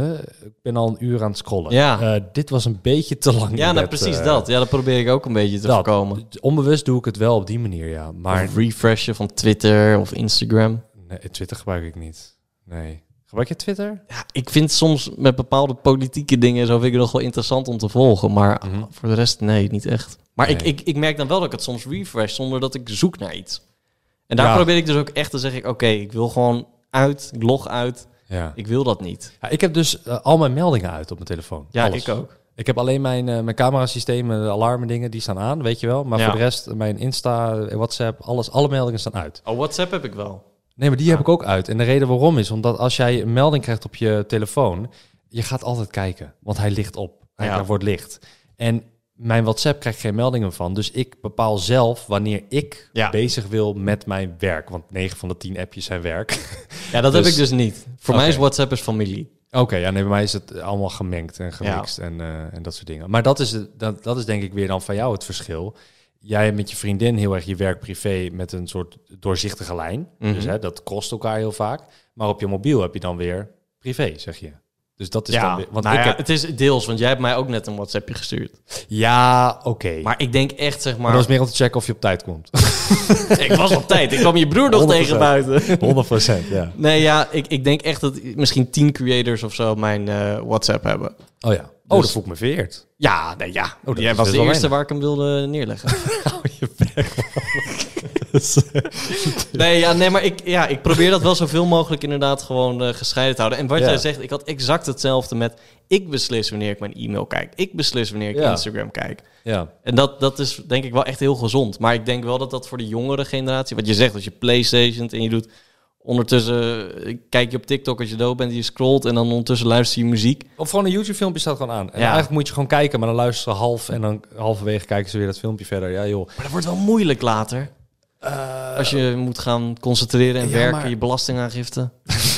ik ben al een uur aan het scrollen. Ja. Dit was een beetje te lang. Ja, precies dat. Ja, dat probeer ik ook een beetje te voorkomen. Onbewust doe ik het wel op die manier, ja. Maar of refreshen van Twitter of Instagram. Nee, Twitter gebruik ik niet. Nee. Gebruik je Twitter? Ja, ik vind soms met bepaalde politieke dingen zo vind ik het nog wel interessant om te volgen. Maar voor de rest, nee, niet echt. Maar nee. Ik merk dan wel dat ik het soms refresh zonder dat ik zoek naar iets. En daar probeer ik dus ook echt te zeggen, oké, ik wil gewoon uit, ik log uit. Ja. Ik wil dat niet. Ja, ik heb dus al mijn meldingen uit op mijn telefoon. Ja, alles. Ik ook. Ik heb alleen mijn camerasystemen, de alarmen dingen, die staan aan, weet je wel. Maar voor de rest, mijn Insta, WhatsApp, alle meldingen staan uit. Oh, WhatsApp heb ik wel. Nee, maar die heb ik ook uit. En de reden waarom is, omdat als jij een melding krijgt op je telefoon, je gaat altijd kijken. Want hij ligt op. Hij wordt licht. En mijn WhatsApp krijgt geen meldingen van. Dus ik bepaal zelf wanneer ik bezig wil met mijn werk. Want 9 van de 10 appjes zijn werk. Ja, dat heb ik dus niet. Voor mij is WhatsApp familie. Oké, bij mij is het allemaal gemengd en gemixt en dat soort dingen. Maar dat is denk ik weer dan van jou het verschil. Jij hebt met je vriendin heel erg je werk-privé met een soort doorzichtige lijn. Dus dat kost elkaar heel vaak. Maar op je mobiel heb je dan weer privé, zeg je. Dus dat is dan weer... Want het is deels, want jij hebt mij ook net een WhatsAppje gestuurd. Ja, oké. Maar ik denk echt, zeg maar... dat is meer om te checken of je op tijd komt. Ik was op tijd. Ik kwam je broer nog 100%. Tegen buiten. 100%, ja. Nee, ja, ik denk echt dat misschien 10 creators of zo mijn WhatsApp hebben. Oh ja. Dus... dat voel ik me vereerd. Ja, nee, ja. Jij was de eerste waar ik hem wilde neerleggen. Je bek. Maar ik probeer dat wel zoveel mogelijk inderdaad gewoon gescheiden te houden. En wat jij zegt, ik had exact hetzelfde met... Ik beslis wanneer ik mijn e-mail kijk. Ik beslis wanneer ik Instagram kijk. Ja. En dat is denk ik wel echt heel gezond. Maar ik denk wel dat voor de jongere generatie... Wat je zegt, als je PlayStation en je doet... Ondertussen kijk je op TikTok als je dood bent, je scrolt en dan ondertussen luister je muziek. Of gewoon een YouTube-filmpje staat gewoon aan. En eigenlijk moet je gewoon kijken, maar dan luisteren ze half en dan halverwege kijken ze weer dat filmpje verder. Ja, joh. Maar dat wordt wel moeilijk later. Als je moet gaan concentreren en werken, maar... je belastingaangifte.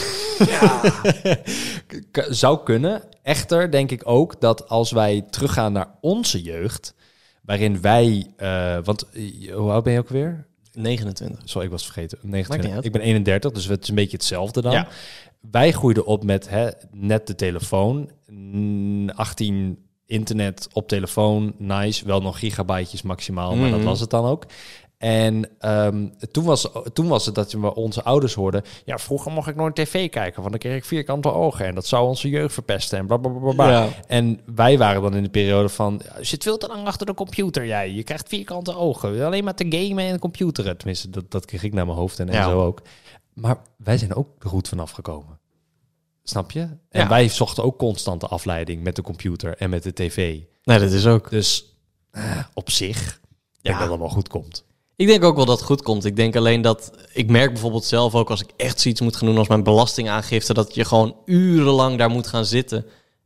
Zou kunnen. Echter denk ik ook dat als wij teruggaan naar onze jeugd, waarin wij... want hoe oud ben je ook weer? 29. Sorry, ik was vergeten. 29. Ik ben 31, dus het is een beetje hetzelfde dan. Ja. Wij groeiden op met net de telefoon. 18 internet op telefoon. Nice. Wel nog gigabytes maximaal, maar dat was het dan ook. En toen was het dat we onze ouders hoorden... Ja, vroeger mocht ik nooit tv kijken, want dan kreeg ik vierkante ogen... en dat zou onze jeugd verpesten en blablabla. Ja. En wij waren dan in de periode van... Je zit veel te lang achter de computer, jij. Je krijgt vierkante ogen. Alleen maar te gamen en computeren. Tenminste, dat kreeg ik naar mijn hoofd en zo ook. Maar wij zijn ook er goed vanaf gekomen. Snap je? En wij zochten ook constante afleiding met de computer en met de tv. Nee, dat is ook. Dus op zich denk dat het wel goed komt. Ik denk ook wel dat het goed komt. Ik denk alleen dat... Ik merk bijvoorbeeld zelf ook als ik echt zoiets moet gaan doen als mijn belastingaangifte... dat je gewoon urenlang daar moet gaan zitten.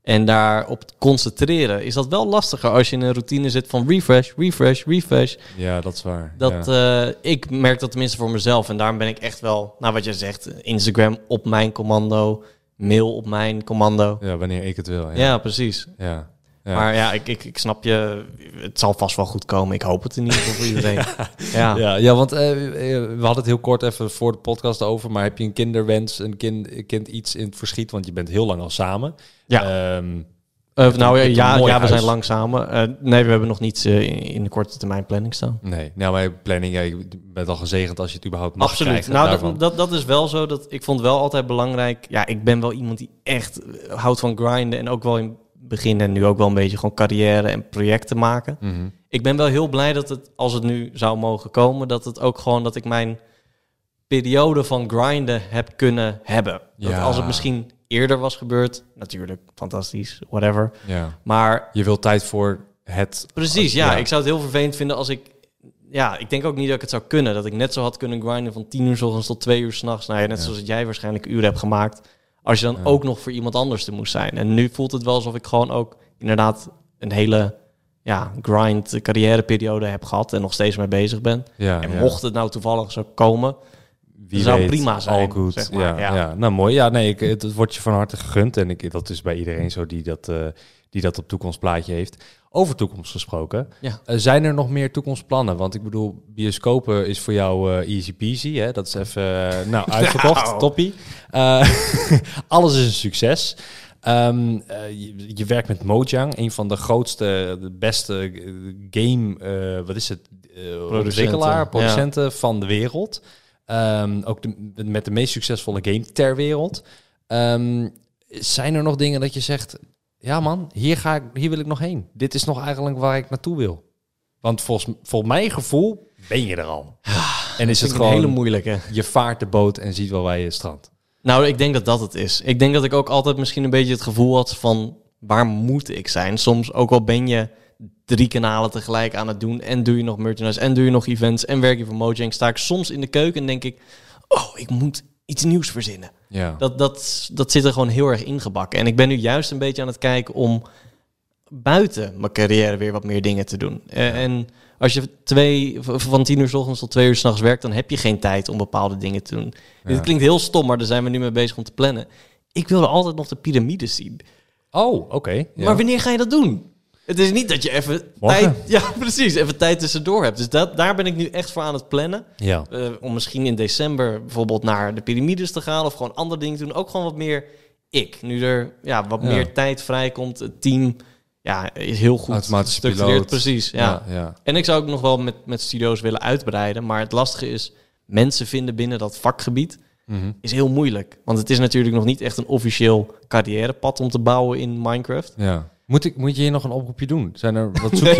en daarop concentreren, is dat wel lastiger als je in een routine zit van refresh. Ja, dat is waar. Ik merk dat tenminste voor mezelf. En daarom ben ik echt wel, nou wat je zegt, Instagram op mijn commando, mail op mijn commando. Ja, wanneer ik het wil. Ja, precies. Ja. Ja. Maar ja, ik snap je, het zal vast wel goed komen. Ik hoop het in ieder geval voor iedereen. Ja, want we hadden het heel kort even voor de podcast over. Maar heb je een kinderwens, een kind iets in het verschiet? Want je bent heel lang al samen. Ja. We zijn lang samen. Nee, we hebben nog niets in de korte termijn planning staan. Nee, nou, maar planning, je bent al gezegend als je het überhaupt mag Absoluut. krijgen. Nou, dat is wel zo. Ik vond wel altijd belangrijk. Ja, ik ben wel iemand die echt houdt van grinden en ook wel in begin en nu ook wel een beetje gewoon carrière en projecten maken. Mm-hmm. Ik ben wel heel blij dat het, als het nu zou mogen komen, dat het ook gewoon dat ik mijn periode van grinden heb kunnen hebben. Dat als het misschien eerder was gebeurd, natuurlijk, fantastisch, whatever. Ja. Maar je wil tijd voor het... Precies, ja. Ik zou het heel vervelend vinden als ik... Ja, ik denk ook niet dat ik het zou kunnen. Dat ik net zo had kunnen grinden van 10 uur 's ochtends tot 2 uur 's nachts. Nou ja, net zoals jij waarschijnlijk uren hebt gemaakt. Als je dan ook nog voor iemand anders te moest zijn. En nu voelt het wel alsof ik gewoon ook inderdaad een hele grind carrièreperiode heb gehad. En nog steeds mee bezig ben. Ja, en mocht het nou toevallig zo komen, wie zou weet, prima zijn. All good. Zeg maar. Ja. Nou mooi. Ja, nee, het wordt je van harte gegund. En dat is bij iedereen zo die dat op toekomstplaatje heeft. Over toekomst gesproken. Ja. Zijn er nog meer toekomstplannen? Want ik bedoel, bioscopen is voor jou easy peasy. Hè? Dat is even uitverkocht. Toppie. Alles is een succes. Je werkt met Mojang, een van de grootste, de beste game, producenten van de wereld. Ook met de meest succesvolle game ter wereld. Zijn er nog dingen dat je zegt, ja man, hier wil ik nog heen. Dit is nog eigenlijk waar ik naartoe wil. Want volgens mijn gevoel ben je er al. En is het gewoon een hele moeilijke. Je vaart de boot en ziet wel waar je strandt. Nou, ik denk dat het is. Ik denk dat ik ook altijd misschien een beetje het gevoel had van, waar moet ik zijn? Soms ook al ben je 3 kanalen tegelijk aan het doen en doe je nog merchandise en doe je nog events en werk je voor Mojang, sta ik soms in de keuken en denk ik, ik moet iets nieuws verzinnen. Ja. Dat zit er gewoon heel erg ingebakken. En ik ben nu juist een beetje aan het kijken om buiten mijn carrière weer wat meer dingen te doen. En als je van 10 uur 's ochtends tot 2 uur 's nachts werkt, dan heb je geen tijd om bepaalde dingen te doen. Ja. Dit klinkt heel stom, maar daar zijn we nu mee bezig om te plannen. Ik wilde altijd nog de piramides zien. Oh, oké. Ja. Maar wanneer ga je dat doen? Het is niet dat je even tijd tussendoor hebt. Dus daar ben ik nu echt voor aan het plannen. Ja. Om misschien in december bijvoorbeeld naar de piramides te gaan of gewoon andere dingen te doen. Ook gewoon wat meer nu er wat meer tijd vrijkomt. Het team is heel goed gestructureerd. Precies, ja. En ik zou ook nog wel met studio's willen uitbreiden. Maar het lastige is, mensen vinden binnen dat vakgebied is heel moeilijk. Want het is natuurlijk nog niet echt een officieel carrièrepad om te bouwen in Minecraft. Ja. Moet je hier nog een oproepje doen? Wat zoek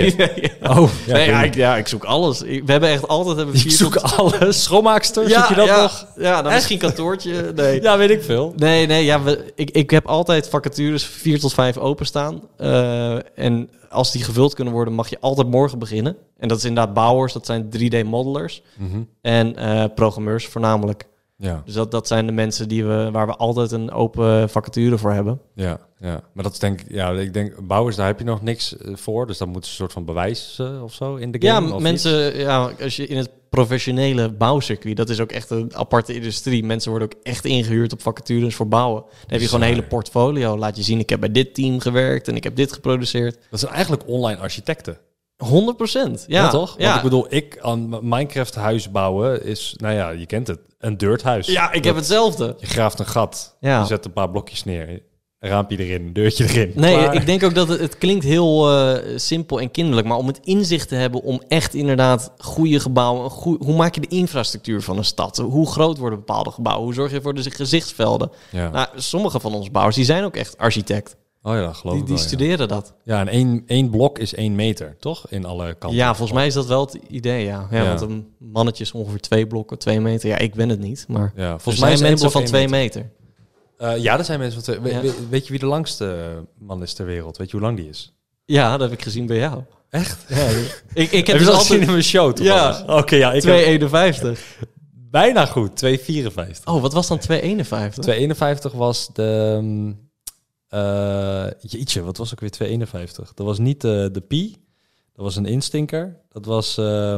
je? Ik zoek alles. We hebben echt altijd... Ik zoek alles. Schoonmaakster, zoek je dat nog? Ja, dan misschien kantoortje. Nee. Ja, weet ik veel. Nee, ik heb altijd vacatures 4 tot 5 openstaan. En als die gevuld kunnen worden, mag je altijd morgen beginnen. En dat is inderdaad bouwers, dat zijn 3D-modelers. En programmeurs voornamelijk. Ja. Dus dat zijn de mensen waar we altijd een open vacature voor hebben. Ja. Maar dat is ik denk, bouwers, daar heb je nog niks voor. Dus dan moet ze een soort van bewijs of zo in de game. Ja, mensen, als je in het professionele bouwcircuit, dat is ook echt een aparte industrie. Mensen worden ook echt ingehuurd op vacatures voor bouwen. Dan heb je gewoon een hele portfolio. Laat je zien, ik heb bij dit team gewerkt en ik heb dit geproduceerd. Dat zijn eigenlijk online architecten. 100%. Ja, toch? Want ik bedoel, aan Minecraft huis bouwen is, je kent het, een dirthuis. Ja, ik heb hetzelfde. Je graaft een gat, je zet een paar blokjes neer, een raampje erin, een deurtje erin. Nee, ik denk ook dat het klinkt heel simpel en kinderlijk, maar om het inzicht te hebben om echt inderdaad goede gebouwen, hoe maak je de infrastructuur van een stad? Hoe groot worden bepaalde gebouwen? Hoe zorg je voor de gezichtsvelden? Ja. Nou, sommige van onze bouwers, die zijn ook echt architect. Oh ja, geloof ik. Die studeren dat. Ja, en één blok is 1 meter, toch? In alle kanten. Ja, volgens mij is dat wel het idee, ja. Want een mannetje is ongeveer 2 blokken, 2 meter. Ja, ik ben het niet, maar volgens mij zijn mensen van 2 meter. Er zijn mensen van 2 meter. Weet je wie de langste man is ter wereld? Weet je hoe lang die is? Ja, dat heb ik gezien bij jou. Echt? Ja, ik heb dus altijd gezien in mijn show, toch? Ja, oké, 2,51. Bijna goed, 2,54. Oh, wat was dan 2,51? 2,51 was de... Jeetje, wat was ook weer 251? Dat was niet de Pi. Dat was een instinker. Dat was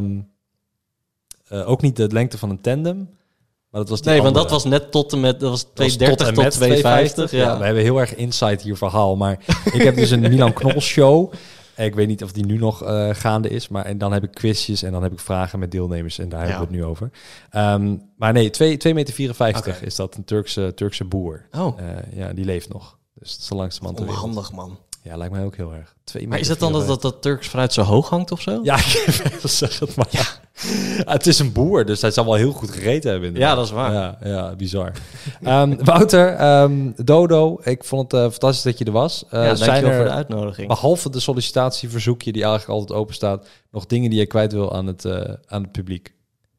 ook niet de lengte van een tandem. Maar dat was die want andere. dat was net tot en met... Dat was 230 tot en met 250. Ja, we hebben heel erg insight hier verhaal. Maar ik heb dus een Milan Knol show. Ik weet niet of die nu nog gaande is. Maar en dan heb ik quizjes en dan heb ik vragen met deelnemers. En daar hebben we het nu over. Maar nee, 2,54 meter is dat. Een Turkse boer. Ja, die leeft nog. Dus het is de langste man ter wereld. Onhandig, man. Ja, lijkt mij ook heel erg. Maar is het dan dat Turks fruit zo hoog hangt of zo? Ja, zeg het maar. Ja. Het is een boer, dus hij zal wel heel goed gegeten hebben. Inderdaad. Ja, dat is waar. Ja bizar. Wouter, Dodo, ik vond het fantastisch dat je er was. Dankjewel voor de uitnodiging. Behalve de sollicitatieverzoekje die eigenlijk altijd open staat, nog dingen die je kwijt wil aan het publiek?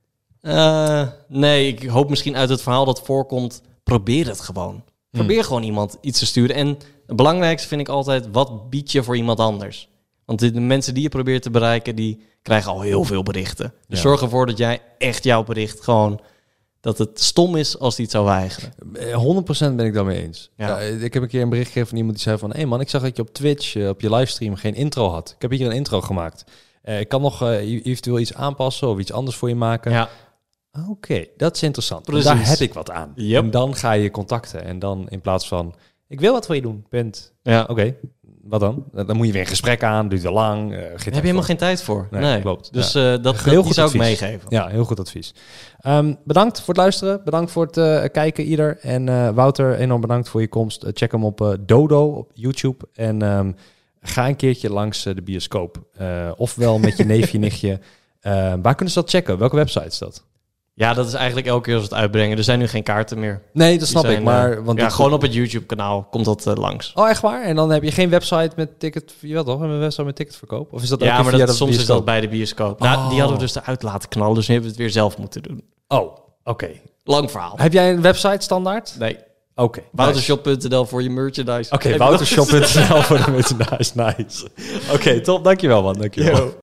Nee, ik hoop misschien uit het verhaal dat voorkomt, probeer het gewoon. Probeer gewoon iemand iets te sturen. En het belangrijkste vind ik altijd, wat bied je voor iemand anders? Want de mensen die je probeert te bereiken, die krijgen al heel veel berichten. Dus zorg ervoor dat jij echt jouw bericht gewoon... dat het stom is als die het zou weigeren. 100% ben ik daarmee eens. Ja, ik heb een keer een bericht gegeven van iemand die zei van... hey man, ik zag dat je op Twitch, op je livestream geen intro had. Ik heb hier een intro gemaakt. Ik kan nog eventueel iets aanpassen of iets anders voor je maken. Ja. Oké, dat is interessant. Daar heb ik wat aan. Yep. En dan ga je contacten. En dan in plaats van... ik wil wat voor je doen, punt. Ja. Oké, wat dan? Dan moet je weer een gesprek aan, duurt te lang. Daar heb je helemaal geen tijd voor. Nee. Klopt. Dus dat heel goed zou ik meegeven. Ja, heel goed advies. Bedankt voor het luisteren. Bedankt voor het kijken, ieder. En Wouter, enorm bedankt voor je komst. Check hem op Dodo op YouTube. En ga een keertje langs de bioscoop. Ofwel met je neefje, nichtje. Waar kunnen ze dat checken? Welke website is dat? Ja, dat is eigenlijk elke keer als we het uitbrengen. Er zijn nu geen kaarten meer. Nee, dat snap ik. Maar gewoon op het YouTube-kanaal komt dat langs. Oh, echt waar? En dan heb je geen website met ticket... Je wel toch? Een website met ticketverkoop? Of is dat ook maar soms is dat bij de bioscoop. Nou, die hadden we dus eruit laten knallen. Dus nu hebben we het weer zelf moeten doen. Oh, oké. Lang verhaal. Heb jij een website standaard? Nee. Oké. Woutershop.nl voor je merchandise. Oké, Woutershop.nl voor de merchandise. Nice. Oké, top. Dankjewel, man. Dankjewel.